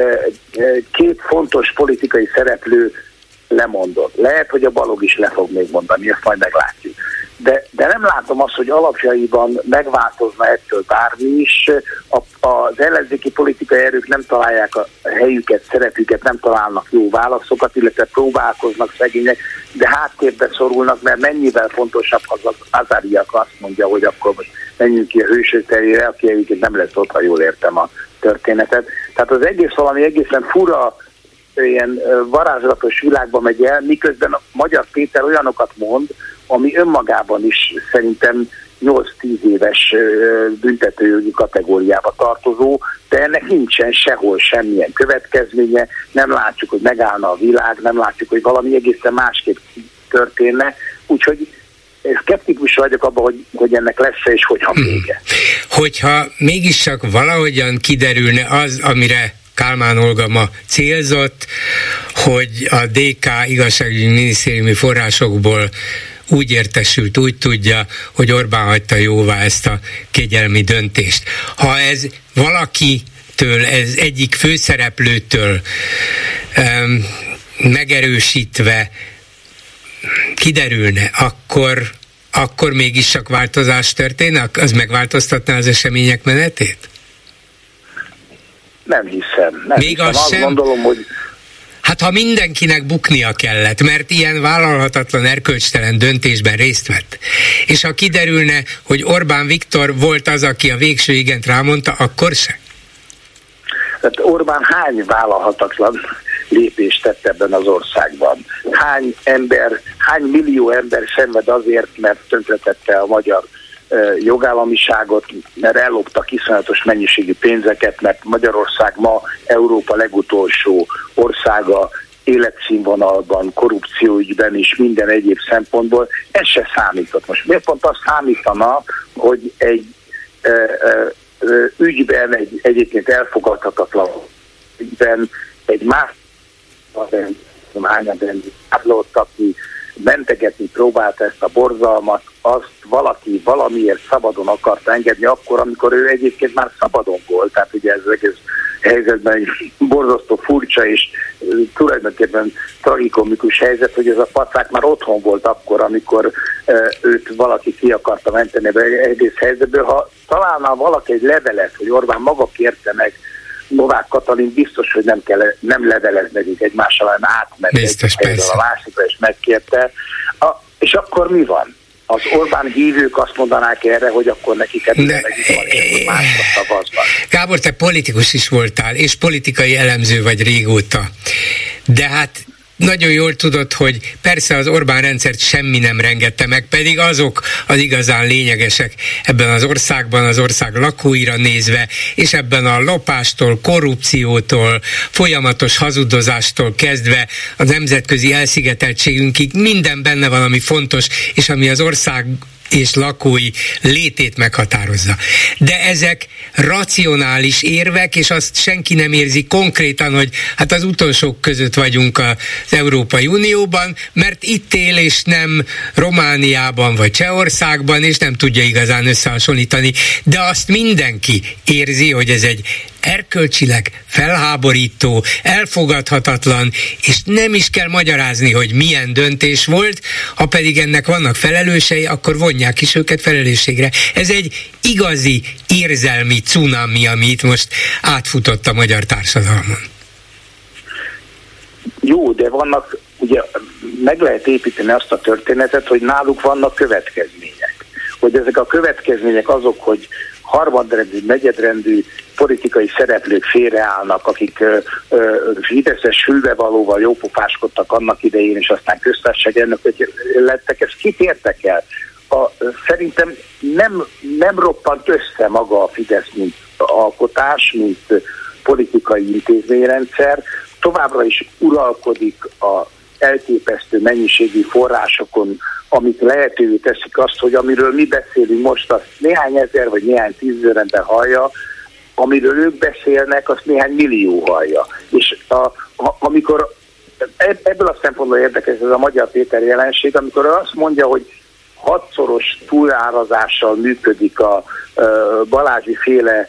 két fontos politikai szereplő lemondott. Lehet, hogy a Balog is le fog még mondani, ezt majd meglátjuk. De nem látom azt, hogy alapjaiban megváltozna ettől bármi is. Az ellenzéki politikai erők nem találják a helyüket, szerepüket, nem találnak jó válaszokat, illetve próbálkoznak szegények, de háttérbe szorulnak, mert mennyivel fontosabb, az Azariak azt mondja, hogy akkor most menjünk ki a hősök terére, aki egyébként nem lesz ott, ha jól értem a történetet. Tehát az egész valami egészen fura, ilyen varázslatos világba megy el, miközben a Magyar Péter olyanokat mond, ami önmagában is szerintem 8-10 éves büntetőjogi kategóriába tartozó, de ennek nincsen sehol semmilyen következménye, nem látjuk, hogy megállna a világ, nem látjuk, hogy valami egészen másképp történne, úgyhogy szkeptikus vagyok abban, hogy ennek lesz-e és hogyha vége. Hogyha mégis csak valahogyan kiderülne az, amire Kálmán Olga ma célzott, hogy a DK igazságügyi minisztériumi forrásokból úgy értesült, úgy tudja, hogy Orbán hagyta jóvá ezt a kegyelmi döntést. Ha ez valakitől, ez egyik főszereplőtől megerősítve kiderülne, akkor mégis csak változás történne? Az megváltoztatná az események menetét? Nem hiszem. Még az azt sem? Gondolom, hogy Hát ha mindenkinek buknia kellett, mert ilyen vállalhatatlan, erkölcstelen döntésben részt vett, és ha kiderülne, hogy Orbán Viktor volt az, aki a végső igent rámondta, akkor se? Tehát Orbán hány vállalhatatlan lépést tett ebben az országban? Hány millió ember szenved azért, mert tönkretette a magyar jogállamiságot, mert elloptak iszonyatos mennyiségű pénzeket, mert Magyarország ma Európa legutolsó országa életszínvonalban, korrupcióügyben és minden egyéb szempontból. Ez se számított. Most miért pont azt számítana, hogy egy ügyben, egy egyébként elfogadhatatlan ügyben egy más aki mentegetni próbálta ezt a borzalmat, azt valaki valamiért szabadon akarta engedni akkor, amikor ő egyébként már szabadon volt. Tehát ugye ez egész helyzetben egy borzasztó furcsa és tulajdonképpen tragikomikus helyzet, hogy ez a pacák már otthon volt akkor, amikor őt valaki ki akarta menteni be egész helyzetből. Ha találna valaki egy levelet, hogy Orbán maga kérte meg Novák Katalin, biztos, hogy nem levelez nekik egymással, hanem átment egy a másikra, és megkérte. És akkor mi van? Az Orbán hívők azt mondanák erre, hogy akkor nekik ebből meg is van, és akkor másra szavaznak. Gábor, te politikus is voltál, és politikai elemző vagy régóta. De hát nagyon jól tudod, hogy persze az Orbán rendszert semmi nem rengette meg, pedig azok az igazán lényegesek ebben az országban, az ország lakóira nézve, és ebben a lopástól, korrupciótól, folyamatos hazudozástól kezdve a nemzetközi elszigeteltségünkig minden benne van, ami fontos, és ami az ország és lakói létét meghatározza. De ezek racionális érvek, és azt senki nem érzi konkrétan, hogy hát az utolsók között vagyunk az Európai Unióban, mert itt él, és nem Romániában vagy Csehországban, és nem tudja igazán összehasonlítani. De azt mindenki érzi, hogy ez egy erkölcsileg felháborító, elfogadhatatlan, és nem is kell magyarázni, hogy milyen döntés volt, ha pedig ennek vannak felelősei, akkor vonják is őket felelősségre. Ez egy igazi érzelmi cunami, ami itt most átfutott a magyar társadalmon. Jó, de vannak, ugye meg lehet építeni azt a történetet, hogy náluk vannak következmények. Hogy ezek a következmények azok, hogy harmadrendű, negyedrendű politikai szereplők félreállnak, akik fideszes fülbevalóval jópofáskodtak annak idején, és aztán köztársasági elnökök lettek, ezt kit érdekel? Szerintem nem roppant össze maga a Fidesz, mint alkotás, mint politikai intézményrendszer, továbbra is uralkodik a elképesztő mennyiségű forrásokon, amik lehetővé teszik azt, hogy amiről mi beszélünk most, azt néhány ezer vagy néhány tízezer ember hallja, amiről ők beszélnek, azt néhány millió hallja. És amikor ebből a szempontból érdekes ez a Magyar Péter jelenség, amikor azt mondja, hogy 6-szoros túlárazással működik a Balázsi féle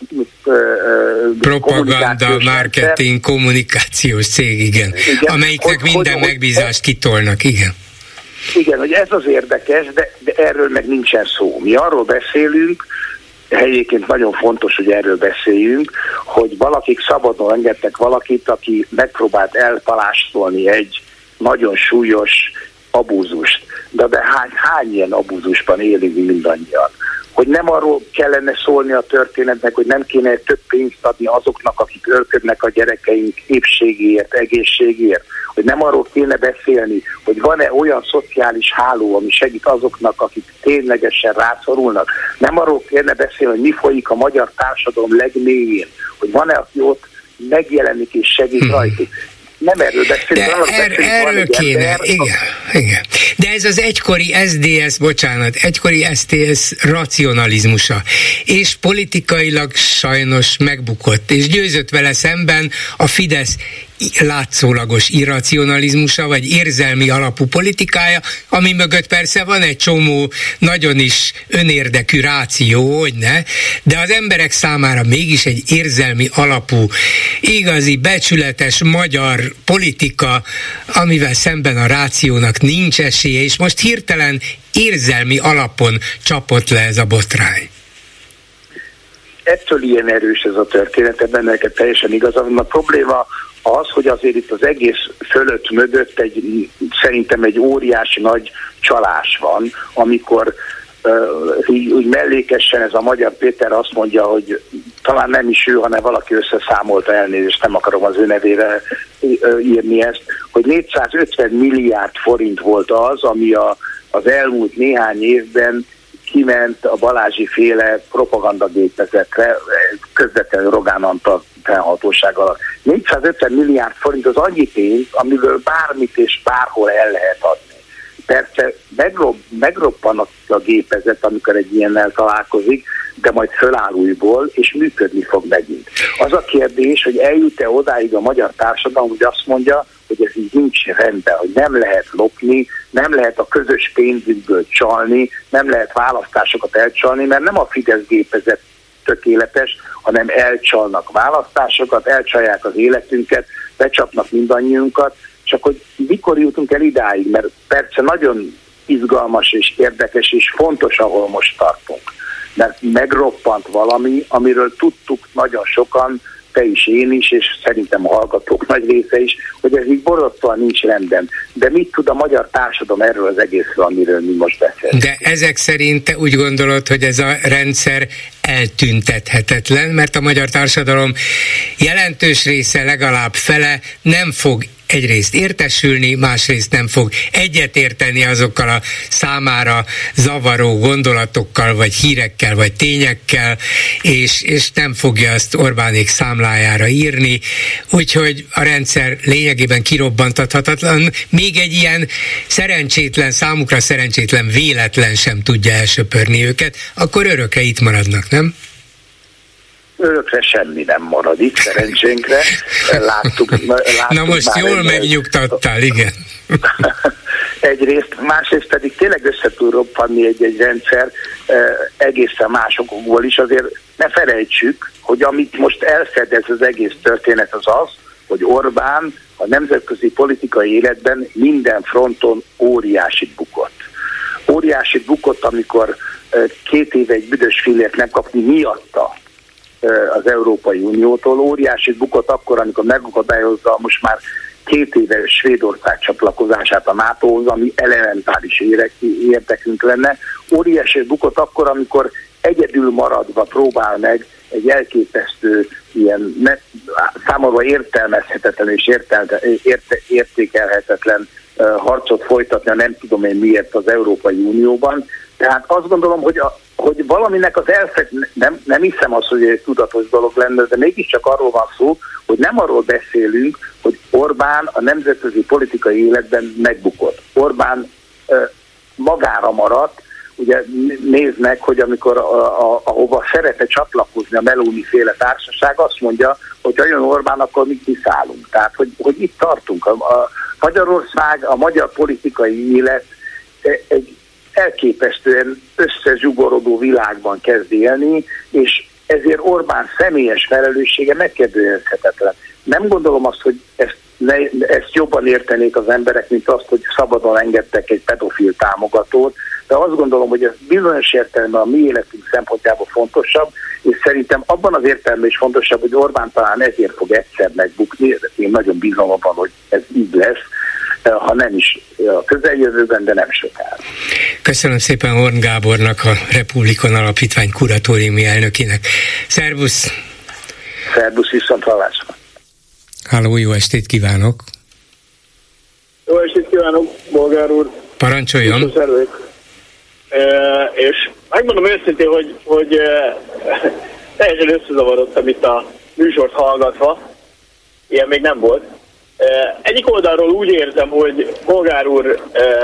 propaganda, marketing, kommunikációs cég, igen. Amelyiknek minden megbízást kitolnak, igen. Igen, hogy ez az érdekes, de erről meg nincsen szó. Mi arról beszélünk, helyéként nagyon fontos, hogy erről beszéljünk, hogy valakik szabadon engedtek valakit, aki megpróbált elpalástolni egy nagyon súlyos abúzust. De hány ilyen abúzusban élünk mindannyian? Hogy nem arról kellene szólni a történetnek, hogy nem kéne több pénzt adni azoknak, akik örködnek a gyerekeink épségéért, egészségért, hogy nem arról kéne beszélni, hogy van-e olyan szociális háló, ami segít azoknak, akik ténylegesen rászorulnak. Nem arról kéne beszélni, hogy mi folyik a magyar társadalom legmélyén, hogy van-e, aki ott megjelenik és segít rajtuk. Nem erről beszélünk. Erről kéne, igen. De ez az egykori egykori SZDSZ racionalizmusa, és politikailag sajnos megbukott, és győzött vele szemben a Fidesz látszólagos irracionalizmusa, vagy érzelmi alapú politikája, ami mögött persze van egy csomó nagyon is önérdekű ráció, hogyne, de az emberek számára mégis egy érzelmi alapú, igazi, becsületes magyar politika, amivel szemben a rációnak nincs esélye, és most hirtelen érzelmi alapon csapott le ez a botrány. Ettől ilyen erős ez a történet, ebben neked teljesen igazam. A probléma az, hogy azért itt az egész fölött mögött szerintem egy óriási nagy csalás van, amikor úgy mellékesen ez a Magyar Péter azt mondja, hogy talán nem is ő, hanem valaki összeszámolta, elnézést, nem akarom az ő nevére írni ezt, hogy 450 milliárd forint volt az, ami az elmúlt néhány évben kiment a Balázsi féle propagandagépezetre, közvetlenül Rogán Antal fennhatóság alatt. 450 milliárd forint az annyi pénz, amiből bármit és bárhol el lehet adni. Persze megroppan a gépezet, amikor egy ilyennel találkozik, de majd föláll újból, és működni fog megint. Az a kérdés, hogy eljut-e odáig a magyar társadalom, hogy azt mondja, hogy ez így nincs rendben, hogy nem lehet lopni, nem lehet a közös pénzünkből csalni, nem lehet választásokat elcsalni, mert nem a Fidesz gépezet tökéletes, hanem elcsalnak választásokat, elcsalják az életünket, becsapnak mindannyiunkat, csak hogy mikor jutunk el idáig, mert persze nagyon izgalmas és érdekes és fontos, ahol most tartunk. Mert megroppant valami, amiről tudtuk nagyon sokan, te is, én is, és szerintem a hallgatók nagy része is, hogy ez így borzasztóan nincs rendben. De mit tud a magyar társadalom erről az egészről, amiről mi most beszélünk? De ezek szerint te úgy gondolod, hogy ez a rendszer eltüntethetetlen, mert a magyar társadalom jelentős része, legalább fele nem fog egyrészt értesülni, másrészt nem fog egyetérteni azokkal a számára zavaró gondolatokkal, vagy hírekkel, vagy tényekkel, és nem fogja azt Orbánék számlájára írni, úgyhogy a rendszer lényegében kirobbantathatatlan, még egy ilyen szerencsétlen, számukra szerencsétlen véletlen sem tudja elsöpörni őket, akkor örökre itt maradnak, nem? Örökre semmi nem marad itt, szerencsénkre. Láttuk na most jól megnyugtattál, igen. Egyrészt, másrészt pedig tényleg össze tud robbanni egy rendszer egészen másokból is. Azért ne felejtsük, hogy amit most elfedez az egész történet az, hogy Orbán a nemzetközi politikai életben minden fronton óriásit bukott. Óriásit bukott, amikor 2 éve egy büdös fillért nem kapni miatta az Európai Uniótól. Óriásit bukott akkor, amikor megakadályozza most már 2 éve Svédország csatlakozását a NATO-hoz, ami elementáris érdekünk lenne. Óriásit bukott akkor, amikor egyedül maradva próbál meg egy elképesztő, ilyen számomra értelmezhetetlen és értékelhetetlen harcot folytatni, nem tudom én miért az Európai Unióban. Tehát azt gondolom, hogy valaminek az nem hiszem azt, hogy egy tudatos dolog lenne, de mégiscsak arról van szó, hogy nem arról beszélünk, hogy Orbán a nemzetközi politikai életben megbukott. Orbán magára maradt, ugye nézd meg, hogy amikor ahova szeretne csatlakozni a Meloni féle társaság, azt mondja, hogy jön Orbán, akkor mi kiszállunk. Tehát, hogy itt tartunk. A Magyarország, a magyar politikai élet egy elképesztően összezsugorodó világban kezd élni, és ezért Orbán személyes felelőssége megkérdőjelezhetetlen. Nem gondolom azt, hogy ezt jobban értenék az emberek, mint azt, hogy szabadon engedtek egy pedofil támogatót, de azt gondolom, hogy ez bizonyos értelemben a mi életünk szempontjából fontosabb, és szerintem abban az értelemben is fontosabb, hogy Orbán talán ezért fog egyszer megbukni, én nagyon bízom abban, hogy ez így lesz, ha nem is a közeljövőben, de nem sokára. Köszönöm szépen Horn Gábornak, a Republikon Alapítvány kuratóriumi elnökének. Szervusz! Szervusz, viszont hallásra! Halló, jó estét kívánok! Jó estét kívánok, Bolgár úr! Parancsoljon! És megmondom őszintén, hogy teljesen összezavarodtam itt a műsort hallgatva, ilyen még nem volt. Egyik oldalról úgy érzem, hogy Bolgár úr,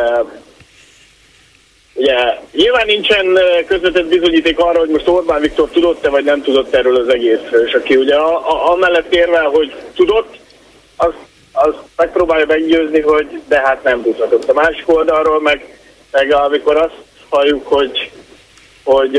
ugye nyilván nincsen közvetett bizonyíték arra, hogy most Orbán Viktor tudott-e vagy nem tudott erről az egészről, és aki ugye amellett érvel, hogy tudott, az megpróbálja meggyőzni, hogy de hát nem tudhatott. A másik oldalról meg amikor azt halljuk, hogy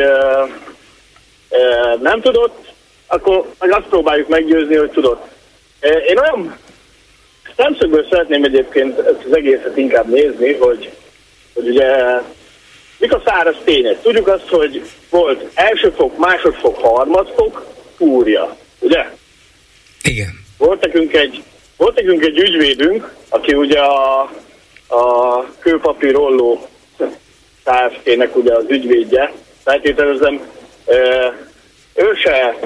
nem tudott, akkor meg azt próbáljuk meggyőzni, hogy tudott. Én olyan szemszögből szeretném egyébként ezt az egészet inkább nézni, hogy ugye mik a száraz tények. Tudjuk azt, hogy volt első fok, másodfok, harmadfok, fúria, ugye? Igen. Volt nekünk egy ügyvédünk, aki ugye a Kőpapír Olló Kft-nek ugye az ügyvédje. Feltételezem, ő se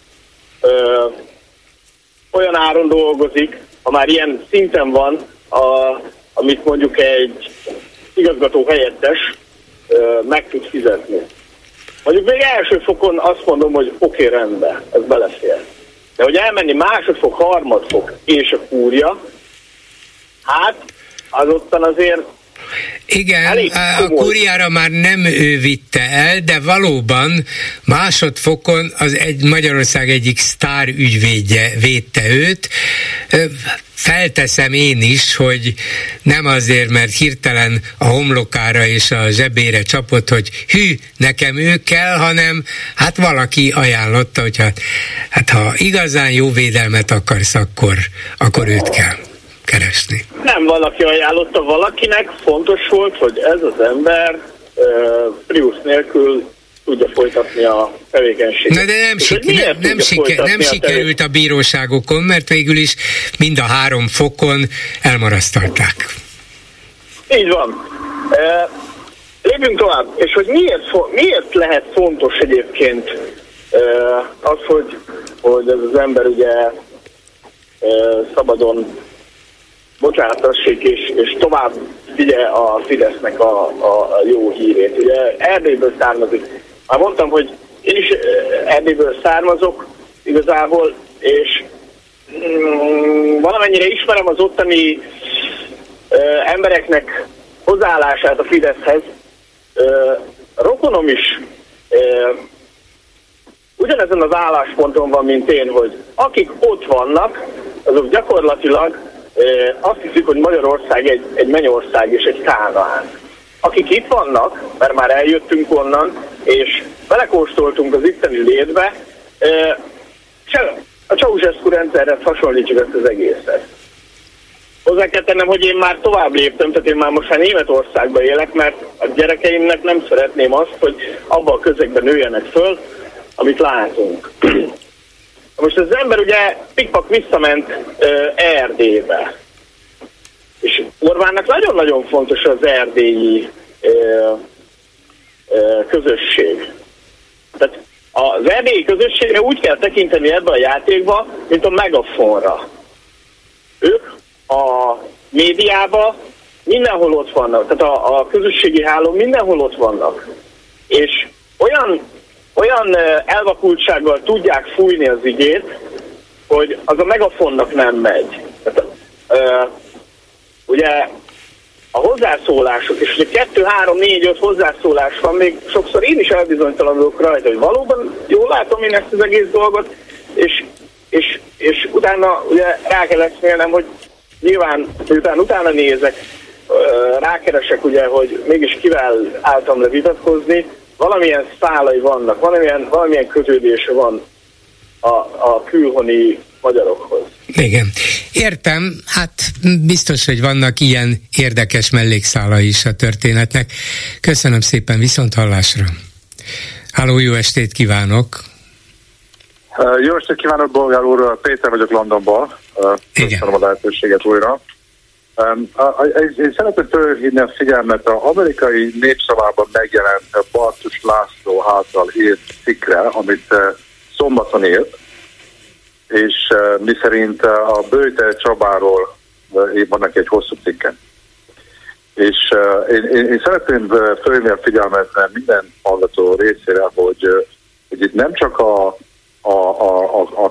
olyan áron dolgozik, ha már ilyen szinten van, amit mondjuk egy igazgató helyettes meg tud fizetni. Mondjuk még első fokon azt mondom, hogy oké, rendben, ez belefér. De hogy elmenni másodfok, harmadfok és a fúria, hát az ottan azért Igen, a Kúriára már nem ő vitte el, de valóban másodfokon Magyarország egyik sztár ügyvédje védte őt. Felteszem én is, hogy nem azért, mert hirtelen a homlokára és a zsebére csapott, hogy nekem ő kell, hanem hát valaki ajánlotta, hogy hát ha igazán jó védelmet akarsz, akkor őt kell keresni. Nem valaki ajánlotta, valakinek fontos volt, hogy ez az ember Prius nélkül tudja folytatni a tevékenységet. Na de nem sikerült a bíróságokon, mert végül is mind a 3 fokon elmarasztalták. Így van. Lépjünk tovább. És hogy miért lehet fontos egyébként az, hogy ez az ember ugye szabadon bocsánatassék és tovább vigye a Fidesznek a jó hírét. Ugye Erdélyből származik. Már mondtam, hogy én is Erdélyből származok igazából, és valamennyire ismerem az ottani embereknek hozzáállását a Fideszhez. Rokonom is ugyanezen az állásponton van, mint én, hogy akik ott vannak, azok gyakorlatilag azt hiszik, hogy Magyarország egy mennyország és egy Kánaán. Akik itt vannak, mert már eljöttünk onnan, és belekóstoltunk az itteni létbe, a Ceausescu rendszerhez hasonlítjuk ezt az egészet. Hozzá kell tennem, hogy én már tovább léptem, tehát én már most már Németországban élek, mert a gyerekeimnek nem szeretném azt, hogy abban a közegben nőjenek föl, amit látunk. Most az ember ugye pikpak visszament Erdélybe. És Orbánnak nagyon-nagyon fontos az erdélyi közösség. Tehát az erdélyi közösségre úgy kell tekinteni ebbe a játékba, mint a megafonra. Ők a médiában mindenhol ott vannak, tehát a közösségi hálón mindenhol ott vannak. És olyan elvakultsággal tudják fújni az igét, hogy az a megafonnak nem megy. Tehát, ugye a hozzászólások, és ugye 2, 3, 4, 5 hozzászólás van, még sokszor én is elbizonytalanodok rajta, hogy valóban jól látom én ezt az egész dolgot, és utána ugye rá kell eszmélnem, hogy nyilván, miután utána nézek, rákeresek ugye, hogy mégis kivel álltam le vitatkozni, valamilyen szálai vannak, valamilyen kötődése van a külhoni magyarokhoz. Igen. Értem, hát biztos, hogy vannak ilyen érdekes mellékszálai is a történetnek. Köszönöm szépen, viszont hallásra. Halló, jó estét kívánok! Jó estét kívánok, Bolgár úr, Péter vagyok Londonból. Köszönöm a lehetőséget újra. Én szeretném fölhívni a figyelmet az amerikai Népszavában megjelent Bartus László által írt cikkre, amit szombaton írt, és miszerint a Böjte Csabáról vannak egy hosszú cikken. És én szeretném fölhívni a figyelmet minden hallgató részére, hogy itt nem csak a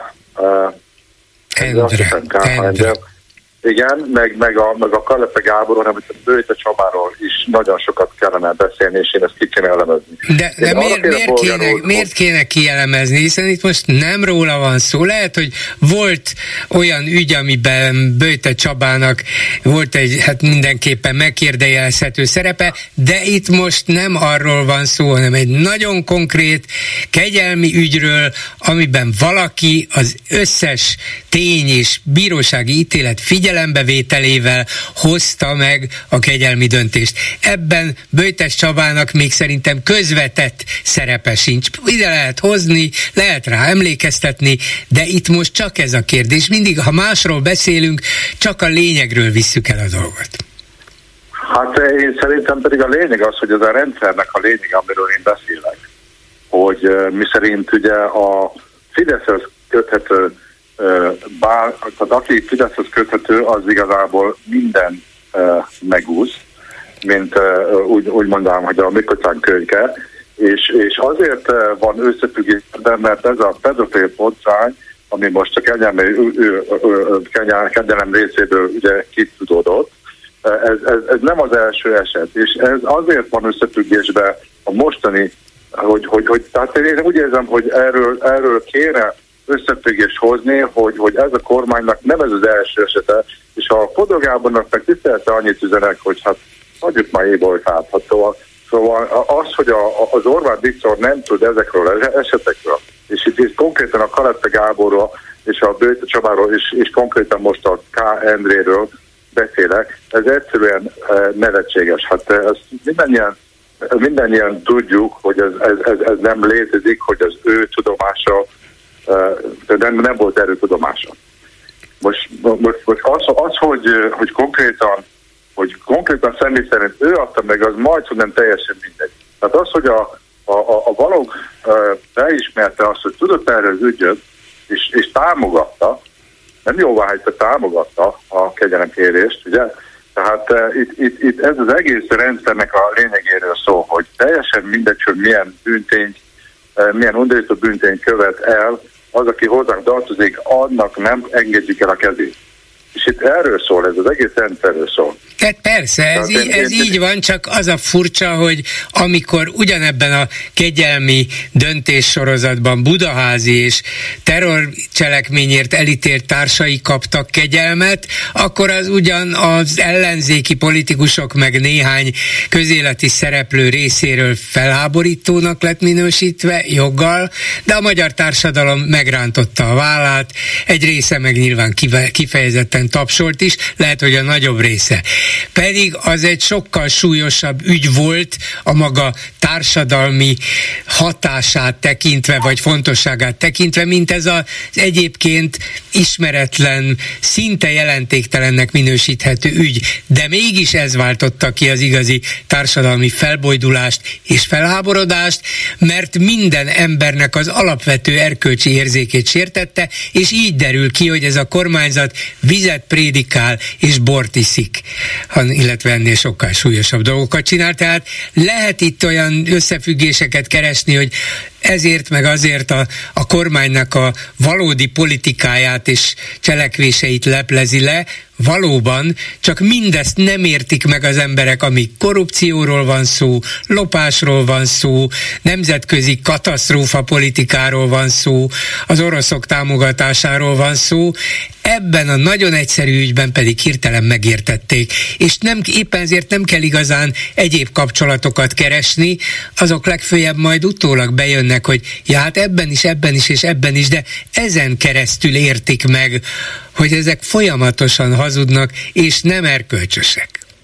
Endre. Igen, meg a Kalepe Gábor, hanem a Böjte Csabáról is nagyon sokat kellene beszélni, és én ezt ki kéne elemezni. De miért kéne kielemezni, hiszen itt most nem róla van szó. Lehet, hogy volt olyan ügy, amiben Böjte Csabának volt egy hát mindenképpen megkérdőjelezhető szerepe, de itt most nem arról van szó, hanem egy nagyon konkrét kegyelmi ügyről, amiben valaki az összes tény és bírósági ítélet figyelembevételével hozta meg a kegyelmi döntést. Ebben Böjtes Csabának még szerintem közvetett szerepe sincs. Ide lehet hozni, lehet rá emlékeztetni, de itt most csak ez a kérdés. Mindig, ha másról beszélünk, csak a lényegről visszük el a dolgot. Hát én szerintem pedig a lényeg az, hogy ez a rendszernek a lényeg, amiről én beszélek. Hogy miszerint ugye a Fideszhez köthető tehát aki Fideszhez köthető, az igazából minden megúsz, mint úgy mondanám, hogy a Mikocán kölyke, és azért van összefüggésben, mert ez a pedofil botrány, ami most a kegyelem részéből ugye kitudódott, ez nem az első eset, és ez azért van összefüggésben a mostani, hogy tehát én úgy érzem, hogy erről kéne összefüggést hozni, hogy ez a kormánynak nem ez az első esete, és a Fodor Gábornak meg tisztelte annyit üzenek, hogy hát hagyjuk már éboltát. Szóval az, hogy az Orbán Viktor nem tud ezekről az esetekről, és itt konkrétan a Kalette Gáborról és a Böjte Csabáról és konkrétan most a K. Endréről beszélek, ez egyszerűen nevetséges. Hát ezt mindannyian tudjuk, hogy ez nem létezik, hogy az ő tudomása, nem volt erőtudomása. Most az, hogy konkrétan személy szerint ő adta meg, az majdnem nem teljesen mindegy. Tehát az, hogy a Balogh beismerte azt, hogy tudott erről az ügyöt, és támogatta, nem jóváhagyta, támogatta a kegyelemkérést, ugye? Tehát itt ez az egész rendszernek a lényegéről szól, hogy teljesen mindegy, hogy milyen bűntényt, milyen undorító bűntényt követ el, az, aki hozzánk tartozik, annak nem engedjük el a kezét. És itt erről szól, ez az egész rendszerről szól. Tehát persze, ez így van, csak az a furcsa, hogy amikor ugyanebben a kegyelmi döntéssorozatban Budaházi és terrorcselekményért elítélt társai kaptak kegyelmet, akkor az ugyan az ellenzéki politikusok meg néhány közéleti szereplő részéről felháborítónak lett minősítve, joggal, de a magyar társadalom megrántotta a vállát, egy része meg nyilván kifejezetten tapsolt is, lehet, hogy a nagyobb része. Pedig az egy sokkal súlyosabb ügy volt a maga társadalmi hatását tekintve, vagy fontosságát tekintve, mint ez az egyébként ismeretlen, szinte jelentéktelennek minősíthető ügy. De mégis ez váltotta ki az igazi társadalmi felbojdulást és felháborodást, mert minden embernek az alapvető erkölcsi érzékét sértette, és így derül ki, hogy ez a kormányzat vizet prédikál és bort iszik, illetve ennél sokkal súlyosabb dolgokat csinál. Tehát lehet itt olyan összefüggéseket keresni, hogy ezért meg azért a kormánynak a valódi politikáját és cselekvéseit leplezi le, valóban, csak mindezt nem értik meg az emberek, amíg korrupcióról van szó, lopásról van szó, nemzetközi katasztrófa politikáról van szó, az oroszok támogatásáról van szó, ebben a nagyon egyszerű ügyben pedig hirtelen megértették, és éppen ezért nem kell igazán egyéb kapcsolatokat keresni, azok legfőjebb majd utólag bejönnek, hogy ja, hát ebben is, de ezen keresztül értik meg, hogy ezek folyamatosan hazudnak, és nem erkölcsösek.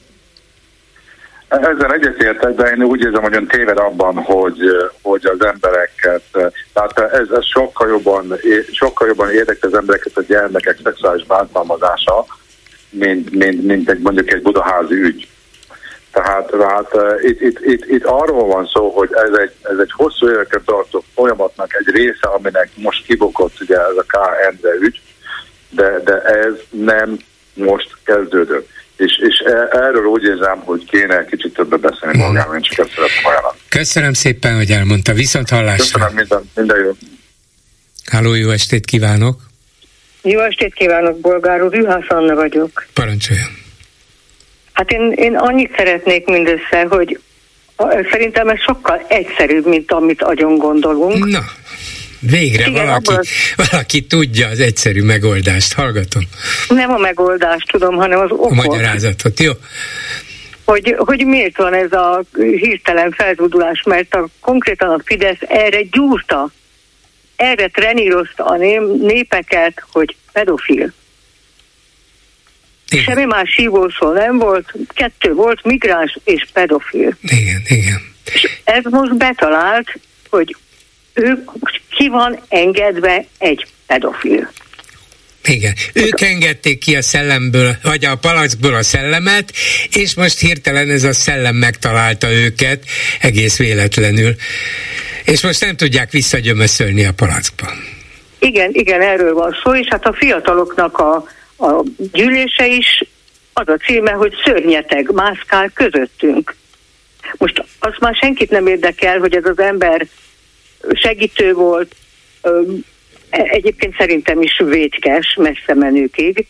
Ezzel egyetértek, de én úgy érzem, hogy ön téved abban, hogy az embereket, tehát ez sokkal jobban érdekli az embereket a gyermekek szexuális bántalmazása, mint mondjuk egy budaházi ügy. Tehát itt arról van szó, hogy ez egy hosszú éveket tartó folyamatnak egy része, aminek most kibukott ugye ez a K. Endre ügy, de ez nem most kezdődött. És erről úgy érzem, hogy kéne kicsit többet beszélni magáról, én csak ezt szeretném ajánlani. Köszönöm szépen, hogy elmondta. Viszont hallásra. Köszönöm, minden jó. Halló, jó estét kívánok! Jó estét kívánok, Bolgár úr, Juhász Anna vagyok. Parancsoljon! Hát én annyit szeretnék mindössze, hogy szerintem ez sokkal egyszerűbb, mint amit agyon gondolunk. Na, végre igen, valaki tudja az egyszerű megoldást. Hallgatom. Nem a megoldást tudom, hanem az okot. A magyarázatot, jó? Hogy miért van ez a hirtelen felzúdulás, mert konkrétan a Fidesz erre gyúrta, erre trenírozta a népeket, hogy pedofil. Igen. Semmi más hívószó nem volt, 2 volt, migráns és pedofil. Igen. És ez most betalált, hogy ki van engedve egy pedofil. Igen. Ők engedték ki a szellemből, vagy a palackból a szellemet, és most hirtelen ez a szellem megtalálta őket egész véletlenül. És most nem tudják visszagyömöszölni a palackban. Igen, erről van szó, és hát a fiataloknak a gyűlése is az a címe, hogy szörnyeteg mászkál közöttünk. Most azt már senkit nem érdekel, hogy ez az ember segítő volt, egyébként szerintem is vétkes, messze menőkig,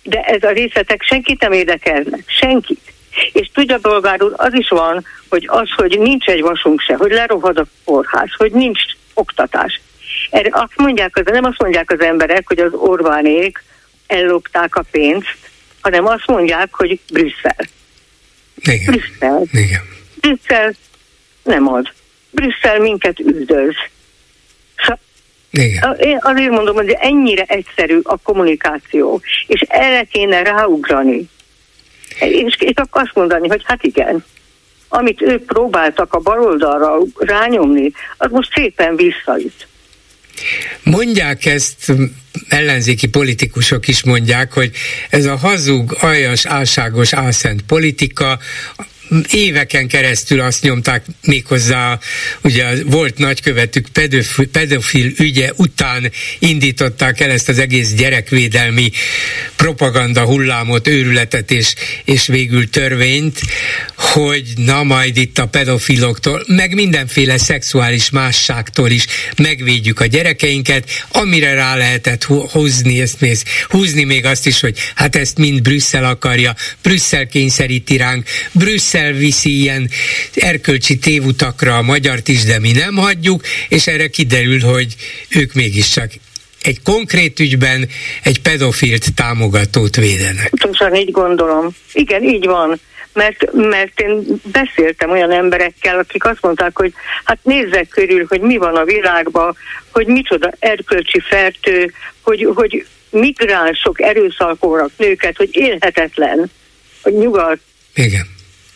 de ez a részletek senkit nem érdekelnek, senkit. És tudja, bolgár úr, az is van, hogy az, hogy nincs egy vasunk se, hogy lerohad a kórház, hogy nincs oktatás. Erre azt mondják, nem azt mondják az emberek, hogy az Orbánék ellopták a pénzt, hanem azt mondják, hogy Brüsszel. Igen. Brüsszel. Igen. Brüsszel nem ad. Brüsszel minket üldöz. Igen. Én azért mondom, hogy ennyire egyszerű a kommunikáció, és erre kéne ráugrani. És akkor azt mondani, hogy hát igen, amit ők próbáltak a baloldalra rányomni, az most szépen visszaüt. Mondják ezt, ellenzéki politikusok is mondják, hogy ez a hazug, aljas, álságos, álszent politika, éveken keresztül azt nyomták méghozzá, ugye volt nagykövetük pedofil ügye után indították el ezt az egész gyerekvédelmi propaganda hullámot, őrületet és végül törvényt, hogy na majd itt a pedofiloktól, meg mindenféle szexuális másságtól is megvédjük a gyerekeinket, amire rá lehetett húzni még azt is, hogy hát ezt mind Brüsszel akarja, Brüsszel kényszeríti ránk, Brüsszel viszi ilyen erkölcsi tévutakra a magyart is, de mi nem hagyjuk, és erre kiderül, hogy ők mégiscsak egy konkrét ügyben egy pedofilt támogatót védenek. Pontosan így gondolom. Igen, így van. Mert én beszéltem olyan emberekkel, akik azt mondták, hogy hát nézzek körül, hogy mi van a világban, hogy micsoda erkölcsi fertő, hogy migránsok erőszakolnak nőket, hogy élhetetlen, hogy nyugat. Igen.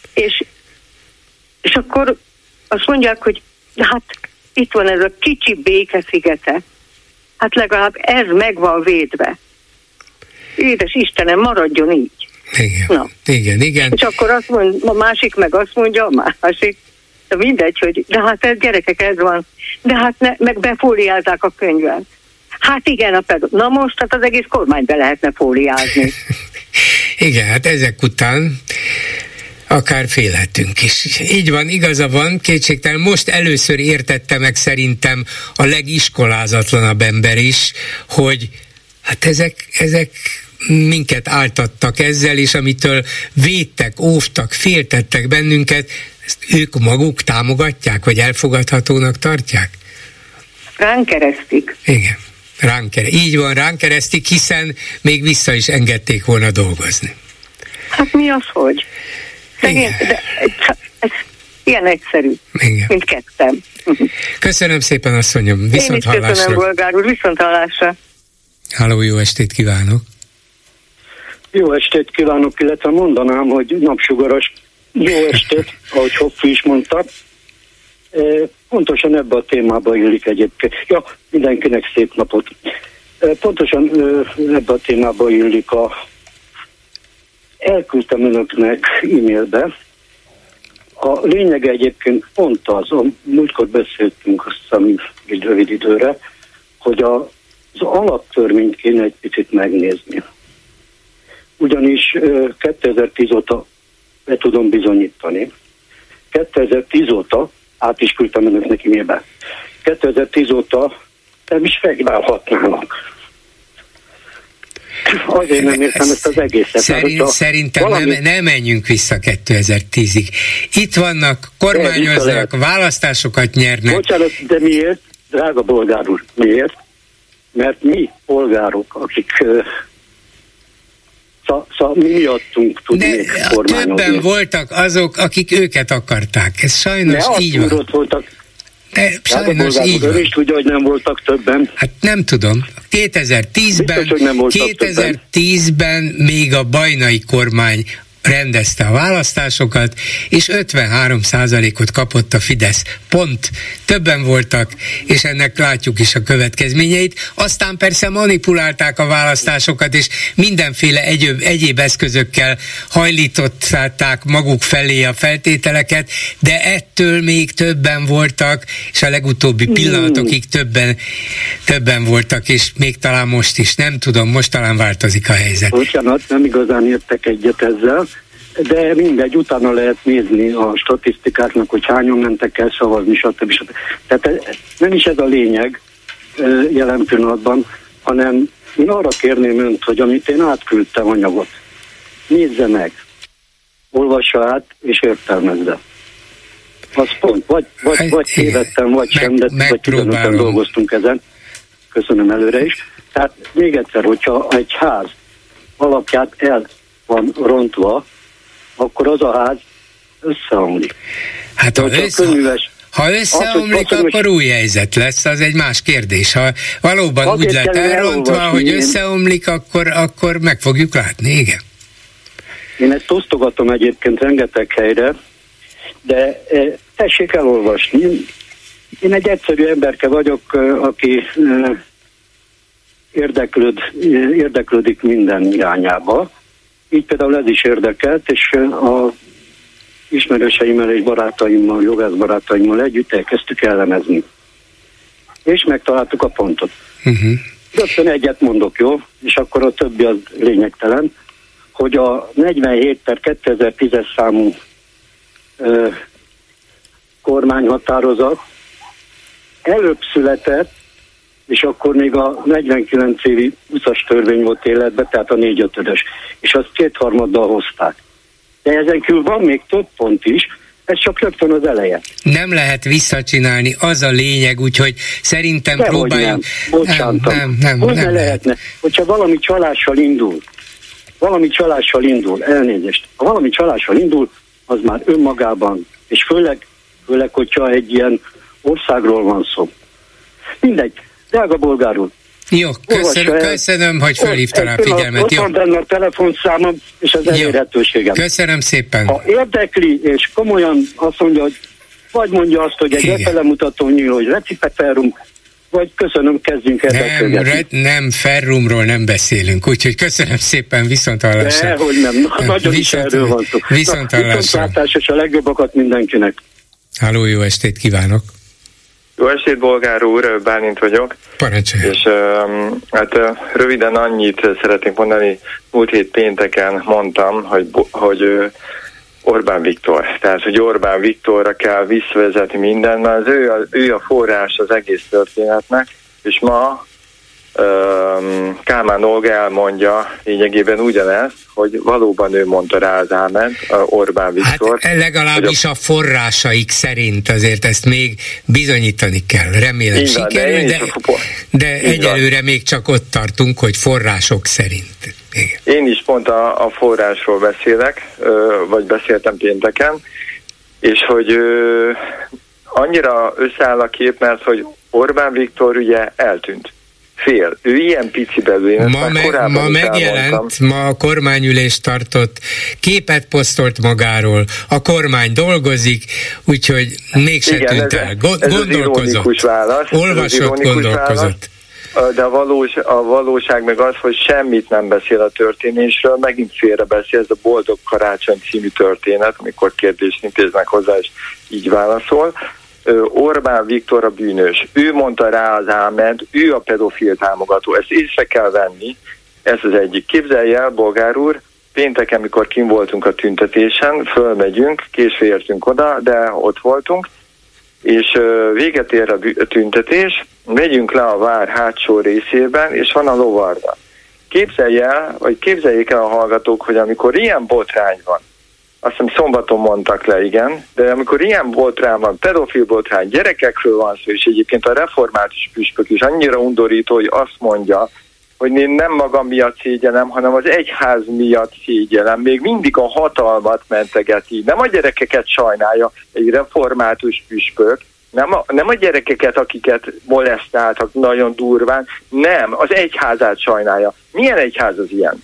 És akkor azt mondják, hogy hát itt van ez a kicsi békeszigete. Hát legalább ez meg van védve. Édes Istenem, maradjon így. Igen, na. igen. És akkor azt mond, a másik meg azt mondja, a másik, de mindegy, hogy de hát ez gyerekek, ez van. De hát meg befóliálták a könyvet. Hát igen, na most hát az egész kormányt be lehetne fóliázni. Igen, hát ezek után akár félhetünk is. Így van, igaza van, kétségtelen. Most először értette meg szerintem a legiskolázatlanabb ember is, hogy hát ezek minket áltattak ezzel, és amitől védtek, óvtak, féltettek bennünket, ezt ők maguk támogatják, vagy elfogadhatónak tartják? Ránk keresztik. Igen, így van, ránk keresztik, hiszen még vissza is engedték volna dolgozni. Hát mi az, hogy? De ez ilyen egyszerű, igen. Mint kettem. Köszönöm szépen, asszonyom, viszont hallásra. Én is köszönöm, bolgár úr, viszont hallásra. Halló, jó estét kívánok! Jó estét kívánok, illetve mondanám, hogy napsugaras jó estét, ahogy Hopfi is mondta. Pontosan ebbe a témába illik egyébként. Ja, mindenkinek szép napot. Pontosan ebbe a témába illik elküldtem önöknek e-mailbe. A lényege egyébként pont az, múltkor beszéltünk azt hiszem egy rövid időre, hogy az alaptörvényt kéne egy picit megnézni. Ugyanis 2010 óta be tudom bizonyítani. 2010 óta, át is küldtem önöknek e-mailbe, 2010 óta nem is megválhatnának. Azért nem értem ezt az egészet. Szerintem nem menjünk vissza 2010-ig. Itt vannak, kormányoznak, választásokat nyernek. Bocsánat, de miért? Drága bolgár úr, miért? Mert mi polgárok, akik mi miattunk tudnék kormányozni. Többen voltak azok, akik őket akarták. Ez sajnos így van. Voltak. De sajnos így van. Ön is tudja, hogy nem voltak többen. Hát nem tudom. 2010-ben még a Bajnai kormány rendezte a választásokat, és 53%-ot kapott a Fidesz. Pont. Többen voltak, és ennek látjuk is a következményeit. Aztán persze manipulálták a választásokat, és mindenféle egyéb eszközökkel hajlították maguk felé a feltételeket, de ettől még többen voltak, és a legutóbbi pillanatokig többen voltak, és még talán most is. Nem tudom, most talán változik a helyzet. Bocsánat, nem igazán értek egyet ezzel, de mindegy, utána lehet nézni a statisztikáknak, hogy hányan mentek el szavazni, stb. Tehát nem is ez a lényeg jelen pillanatban, hanem Én arra kérném önt, hogy amit én átküldtem anyagot, nézze meg, olvassa át és értelmezze. Az pont, vagy tévedtem, vagy sem, de vagy 15-en dolgoztunk ezen. Köszönöm előre is. Tehát még egyszer, hogyha egy ház alapját el van rontva, akkor az a ház összeomlik. Hát ha összeomlik, akkor új helyzet lesz, az egy más kérdés. Ha valóban úgy lett elrontva, hogy összeomlik, akkor meg fogjuk látni, igen. Én ezt osztogatom egyébként rengeteg helyre, de tessék elolvasni. Én egy egyszerű emberke vagyok, aki érdeklődik minden irányába. Így például ez is érdekelt, és a ismerőseimmel és barátaimmal, jogász barátaimmal együtt elkezdtük elemezni. És megtaláltuk a pontot. Rögtön egyet mondok, jó? És akkor a többi az lényegtelen, hogy a 47/2010-es számú kormányhatározat előbb született, és akkor még a 49 évi 20-as törvény volt életben, tehát a 4/5-ös, és azt 2/3 hozták. De ezen kívül van még több pont is, ez csak rögtön az eleje. Nem lehet visszacsinálni, az a lényeg, úgyhogy szerintem próbáljunk... Nem. Hogy ne lehetne? Hogyha valami csalással indul, elnézést, ha valami csalással indul, az már önmagában, és főleg, hogyha egy országról van szó. Mindegy, drága bolgár úr. Jó, köszönöm, hogy felhívta rá figyelmet. Ott van benne a telefonszámom és az elérhetőségem. Köszönöm szépen. Ha érdekli, és komolyan azt mondja, hogy vagy mondja azt, hogy egy lefelemutató nyíl, hogy recipeferum, vagy köszönöm, kezdjünk el beszélgetni. Nem, ferrumról nem beszélünk, úgyhogy köszönöm szépen, viszonthallásra. Dehogy nem, nagyon is erről van szó. Viszonthallásra. És a legjobbakat mindenkinek. Halló, jó estét kívánok. Jó estét, bolgár úr, Bálint vagyok. Parancsolja. És röviden annyit szeretnék mondani, múlt hét pénteken mondtam, hogy Orbán Viktor. Tehát, hogy Orbán Viktorra kell visszavezetni minden, mert ő a forrás az egész történetnek, és ma Kálmán Olga elmondja lényegében ugyanezt, hogy valóban ő mondta rá az áment, Orbán Viktor. Hát legalábbis a forrásaik szerint azért ezt még bizonyítani kell. Remélem sikerül, de egyelőre még csak ott tartunk, hogy források szerint. Igen. Én is pont a forrásról beszélek, vagy beszéltem pénteken, és hogy annyira összeáll a kép, mert hogy Orbán Viktor ugye eltűnt. Fél. Ő ilyen pici belül. Ma megjelent, ma a kormányülést tartott, képet posztolt magáról, a kormány dolgozik, úgyhogy mégse tűnt el. Gondolkozott. Olvasott, gondolkozott. De a valóság meg az, hogy semmit nem beszél a történésről, megint félre beszél, ez a Boldog Karácsony című történet, amikor kérdést intéznek hozzá, és így válaszol. Orbán Viktor a bűnös. Ő mondta rá az áment, ő a pedofil támogató. Ezt észre kell venni, ez az egyik. Képzelje el, bolgár úr, pénteken, amikor kim voltunk a tüntetésen, fölmegyünk, késve értünk oda, de ott voltunk, és véget ér a tüntetés, megyünk le a vár hátsó részében, és van a lovarda. Képzeljék el a hallgatók, hogy amikor ilyen botrány van, azt hiszem szombaton mondtak le, igen, de amikor ilyen botrány van, pedofil botrány, gyerekekről van szó, és egyébként a református püspök is annyira undorító, hogy azt mondja, hogy én nem magam miatt szégyellem, hanem az egyház miatt szégyellem. Még mindig a hatalmat mentegeti. Nem a gyerekeket sajnálja egy református püspök, nem a gyerekeket, akiket molesztáltak nagyon durván, nem, az egyházát sajnálja. Milyen egyház az ilyen?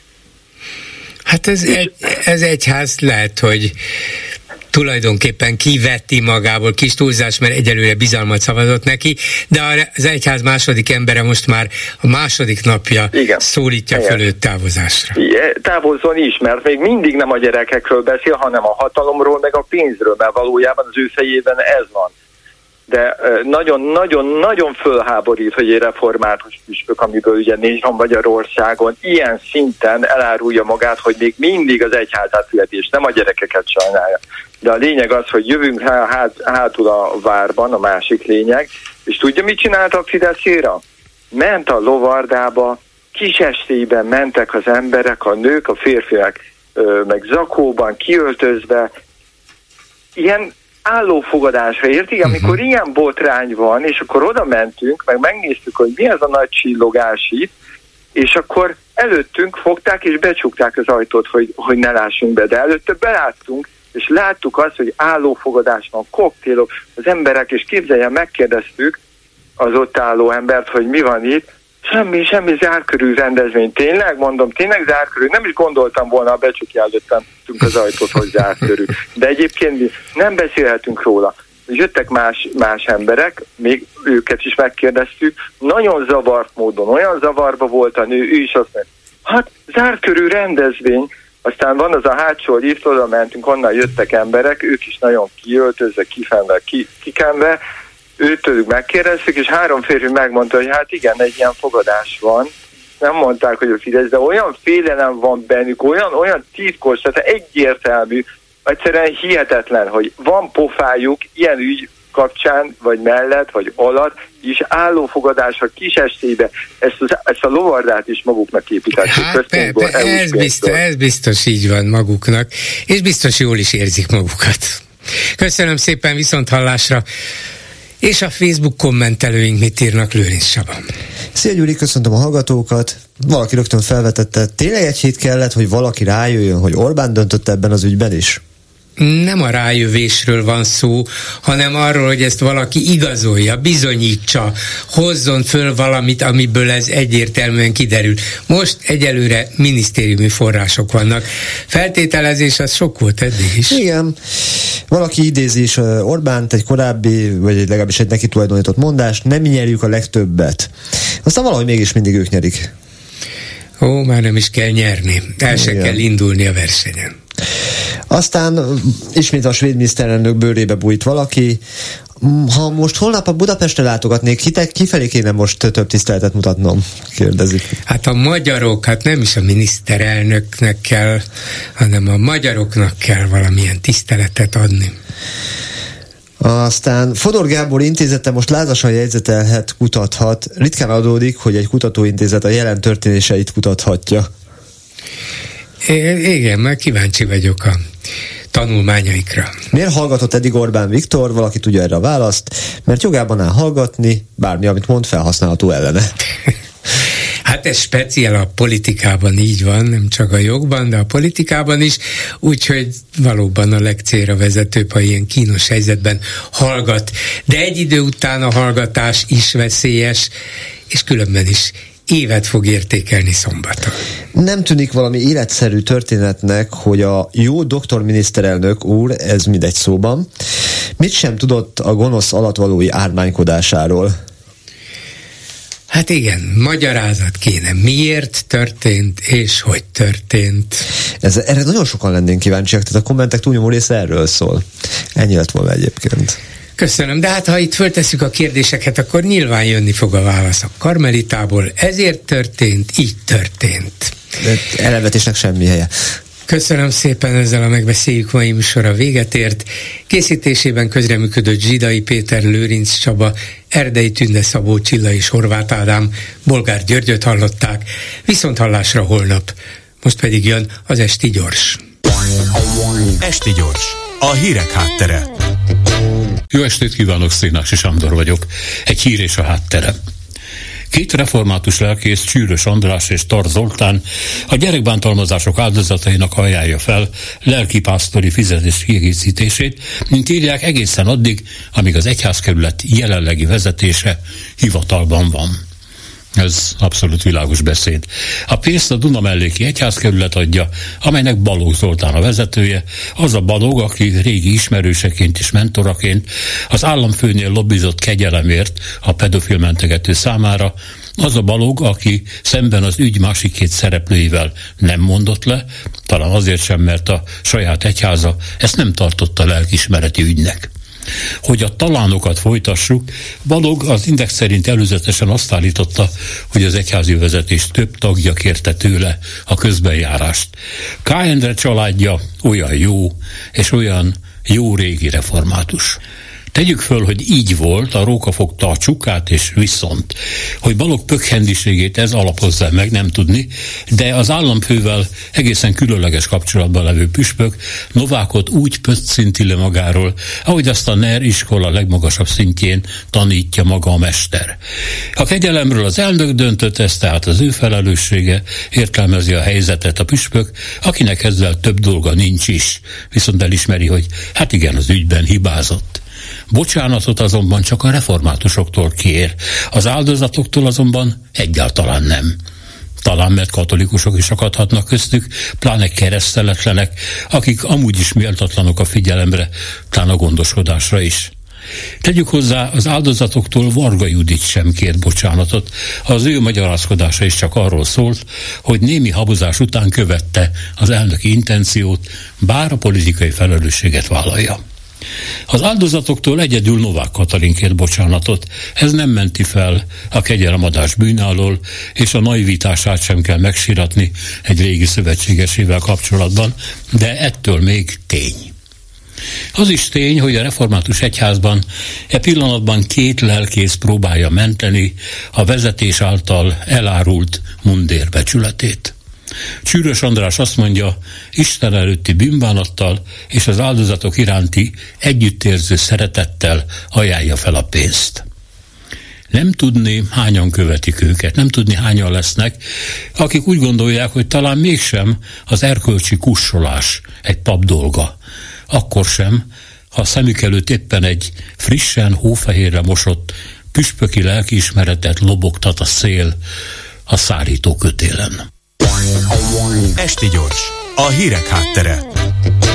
Hát ez egyház lehet, hogy tulajdonképpen kivetti magából, kis túlzás, mert egyelőre bizalmat szavazott neki, de az egyház második embere most már a második napja szólítja föl őt távozásra. Távozzon is, mert még mindig nem a gyerekekről beszél, hanem a hatalomról, meg a pénzről, mert valójában az ő fejében ez van. De nagyon-nagyon fölháborít, hogy egy református püspök, amiből ugye 4 van Magyarországon, ilyen szinten elárulja magát, hogy még mindig az egyházát fületi, és nem a gyerekeket sajnálja. De a lényeg az, hogy jövünk hátul a várban, a másik lényeg, és tudja, mit csinált a Fideszéra? Ment a lovardába, kis estélyben mentek az emberek, a nők, a férfiak meg zakóban, kiöltözve, ilyen állófogadásra, értik? Amikor ilyen botrány van, és akkor oda mentünk, meg megnéztük, hogy mi az a nagy csillogás itt, és akkor előttünk fogták és becsukták az ajtót, hogy ne lássunk be, de előtte beláttunk, és láttuk azt, hogy állófogadás van, koktélok, az emberek, és képzeljen, megkérdeztük az ott álló embert, hogy mi van itt, semmi zárkörű rendezvény. Tényleg? Mondom, tényleg zárkörű? Nem is gondoltam volna, ha becsukja előttünk az ajtót, hogy zárkörű. De egyébként nem beszélhetünk róla. Jöttek más emberek, még őket is megkérdeztük, nagyon zavart módon, olyan zavarba volt a nő, ő is azt mondja, hát zárkörű rendezvény, aztán van az a hátsó lift, oda mentünk, onnan jöttek emberek, ők is nagyon kiöltözve, kifenve, kikenve, őtőlük megkérdeztük, és 3 férfi megmondta, hogy hát igen, egy ilyen fogadás van. Nem mondták, hogy a Fidesz, de olyan félelem van bennük, olyan titkos, tehát egyértelmű, egyszerűen hihetetlen, hogy van pofájuk ilyen ügy kapcsán, vagy mellett, vagy alatt, és állófogadásra kis estélybe ezt a lovardát is maguknak építették. Hát ez biztos így van maguknak, és biztos jól is érzik magukat. Köszönöm szépen, viszonthallásra. És a Facebook kommentelőink mit írnak? Lőrinc Csaba. Szia Gyuri, köszöntöm a hallgatókat. Valaki rögtön felvetette, tényleg egy hét kellett, hogy valaki rájöjjön, hogy Orbán döntött ebben az ügyben is? Nem a rájövésről van szó, hanem arról, hogy ezt valaki igazolja, bizonyítsa, hozzon föl valamit, amiből ez egyértelműen kiderül. Most egyelőre minisztériumi források vannak. Feltételezés az sok volt eddig is. Igen. Valaki idézi is Orbánt, egy korábbi, vagy legalábbis egy neki tulajdonított mondás, nem mi nyerjük a legtöbbet. Aztán valahogy mégis mindig ők nyerik. Már nem is kell nyerni. Se kell indulni a versenyen. Aztán ismét a svéd miniszterelnök bőrébe bújt valaki. Ha most holnap a Budapestre látogatnék, kifelé kéne most több tiszteletet mutatnom? Kérdezik. Hát a magyarok, hát nem is a miniszterelnöknek kell, hanem a magyaroknak kell valamilyen tiszteletet adni. Aztán Fodor Gábor intézete most lázasan jegyzetelhet, kutathat. Ritkán adódik, hogy egy kutatóintézet a jelen történéseit kutathatja. Igen, már kíváncsi vagyok a tanulmányaikra. Miért hallgatott eddig Orbán Viktor? Valaki tudja erre a választ. Mert jogában áll hallgatni, bármi, amit mond, felhasználható ellene. Hát ez speciál a politikában így van, nem csak a jogban, de a politikában is, úgyhogy valóban a legcélra vezetőbb, ha ilyen kínos helyzetben hallgat. De egy idő után a hallgatás is veszélyes, és különben is évet fog értékelni szombaton. Nem tűnik valami életszerű történetnek, hogy a jó doktor miniszterelnök úr, ez mindegy szóban, mit sem tudott a gonosz alatvalói ármánykodásáról. Hát igen, magyarázat kéne. Miért történt, és hogy történt. Erre nagyon sokan lennénk kíváncsiak, tehát a kommentek túlnyomó része erről szól. Ennyi lett volna egyébként. Köszönöm, de hát ha itt föltesszük a kérdéseket, akkor nyilván jönni fog a válasz a Karmelitából. Ezért történt, így történt. De ellenvetésnek semmi helye. Köszönöm szépen, ezzel a Megbeszéljük mai műsora véget ért. Készítésében közreműködött Zsidai Péter, Lőrinc Csaba, Erdei Tünde, Szabó Csilla és Horváth Ádám, Bolgár Györgyöt hallották. Viszonthallásra holnap. Most pedig jön az Esti Gyors. Esti Gyors, a hírek háttere. Jó estét kívánok, Szénási Sándor vagyok. Egy hír és a háttere. 2 református lelkész, Csűrös András és Tar Zoltán a gyerekbántalmazások áldozatainak ajánlja fel lelkipásztori fizetés kiegészítését, mint írják, egészen addig, amíg az egyházkerület jelenlegi vezetése hivatalban van. Ez abszolút világos beszéd. A pénzt a Dunamelléki Egyházkerület adja, amelynek Balogh Zoltán a vezetője, az a Balogh, aki régi ismerőseként és mentoraként az államfőnél lobbizott kegyelemért a pedofilmentegető számára, az a Balogh, aki szemben az ügy másik 2 szereplőivel nem mondott le, talán azért sem, mert a saját egyháza ezt nem tartotta lelkiismereti ügynek. Hogy a talánokat folytassuk, Balogh az Index szerint előzetesen azt állította, hogy az egyházi vezetés több tagja kérte tőle a közbenjárást. K. Endre családja olyan jó, és olyan jó régi református. Tegyük föl, hogy így volt, a róka fogta a csukát, és viszont. Hogy Balogh pökhendiségét ez alapozza meg, nem tudni, de az államfővel egészen különleges kapcsolatban levő püspök Novákot úgy pöccinti le magáról, ahogy azt a NER iskola legmagasabb szintjén tanítja maga a mester. A kegyelemről az elnök döntött, ez tehát az ő felelőssége, értelmezi a helyzetet a püspök, akinek ezzel több dolga nincs is, viszont elismeri, hogy hát igen, az ügyben hibázott. Bocsánatot azonban csak a reformátusoktól kér, az áldozatoktól azonban egyáltalán nem. Talán mert katolikusok is akadhatnak köztük, pláne kereszteletlenek, akik amúgy is méltatlanok a figyelemre, talán a gondoskodásra is. Tegyük hozzá, az áldozatoktól Varga Judit sem kért bocsánatot, az ő magyarázkodása is csak arról szólt, hogy némi habozás után követte az elnöki intenciót, bár a politikai felelősséget vállalja. Az áldozatoktól egyedül Novák Katalin kért bocsánatot, ez nem menti fel a kegyelemadás bűne alól, és a naivitását sem kell megsiratni egy régi szövetségesével kapcsolatban, de ettől még tény. Az is tény, hogy a református egyházban e pillanatban 2 lelkész próbálja menteni a vezetés által elárult mundérbecsületét. Csűrös András azt mondja, Isten előtti bűnbánattal és az áldozatok iránti együttérző szeretettel ajánlja fel a pénzt. Nem tudni, hányan követik őket, nem tudni, hányan lesznek, akik úgy gondolják, hogy talán mégsem az erkölcsi kussolás egy pap dolga. Akkor sem, ha a szemük előtt éppen egy frissen, hófehérre mosott, püspöki lelkiismeretet lobogtat a szél a szárító kötélen. Esti gyors, a hírek háttere.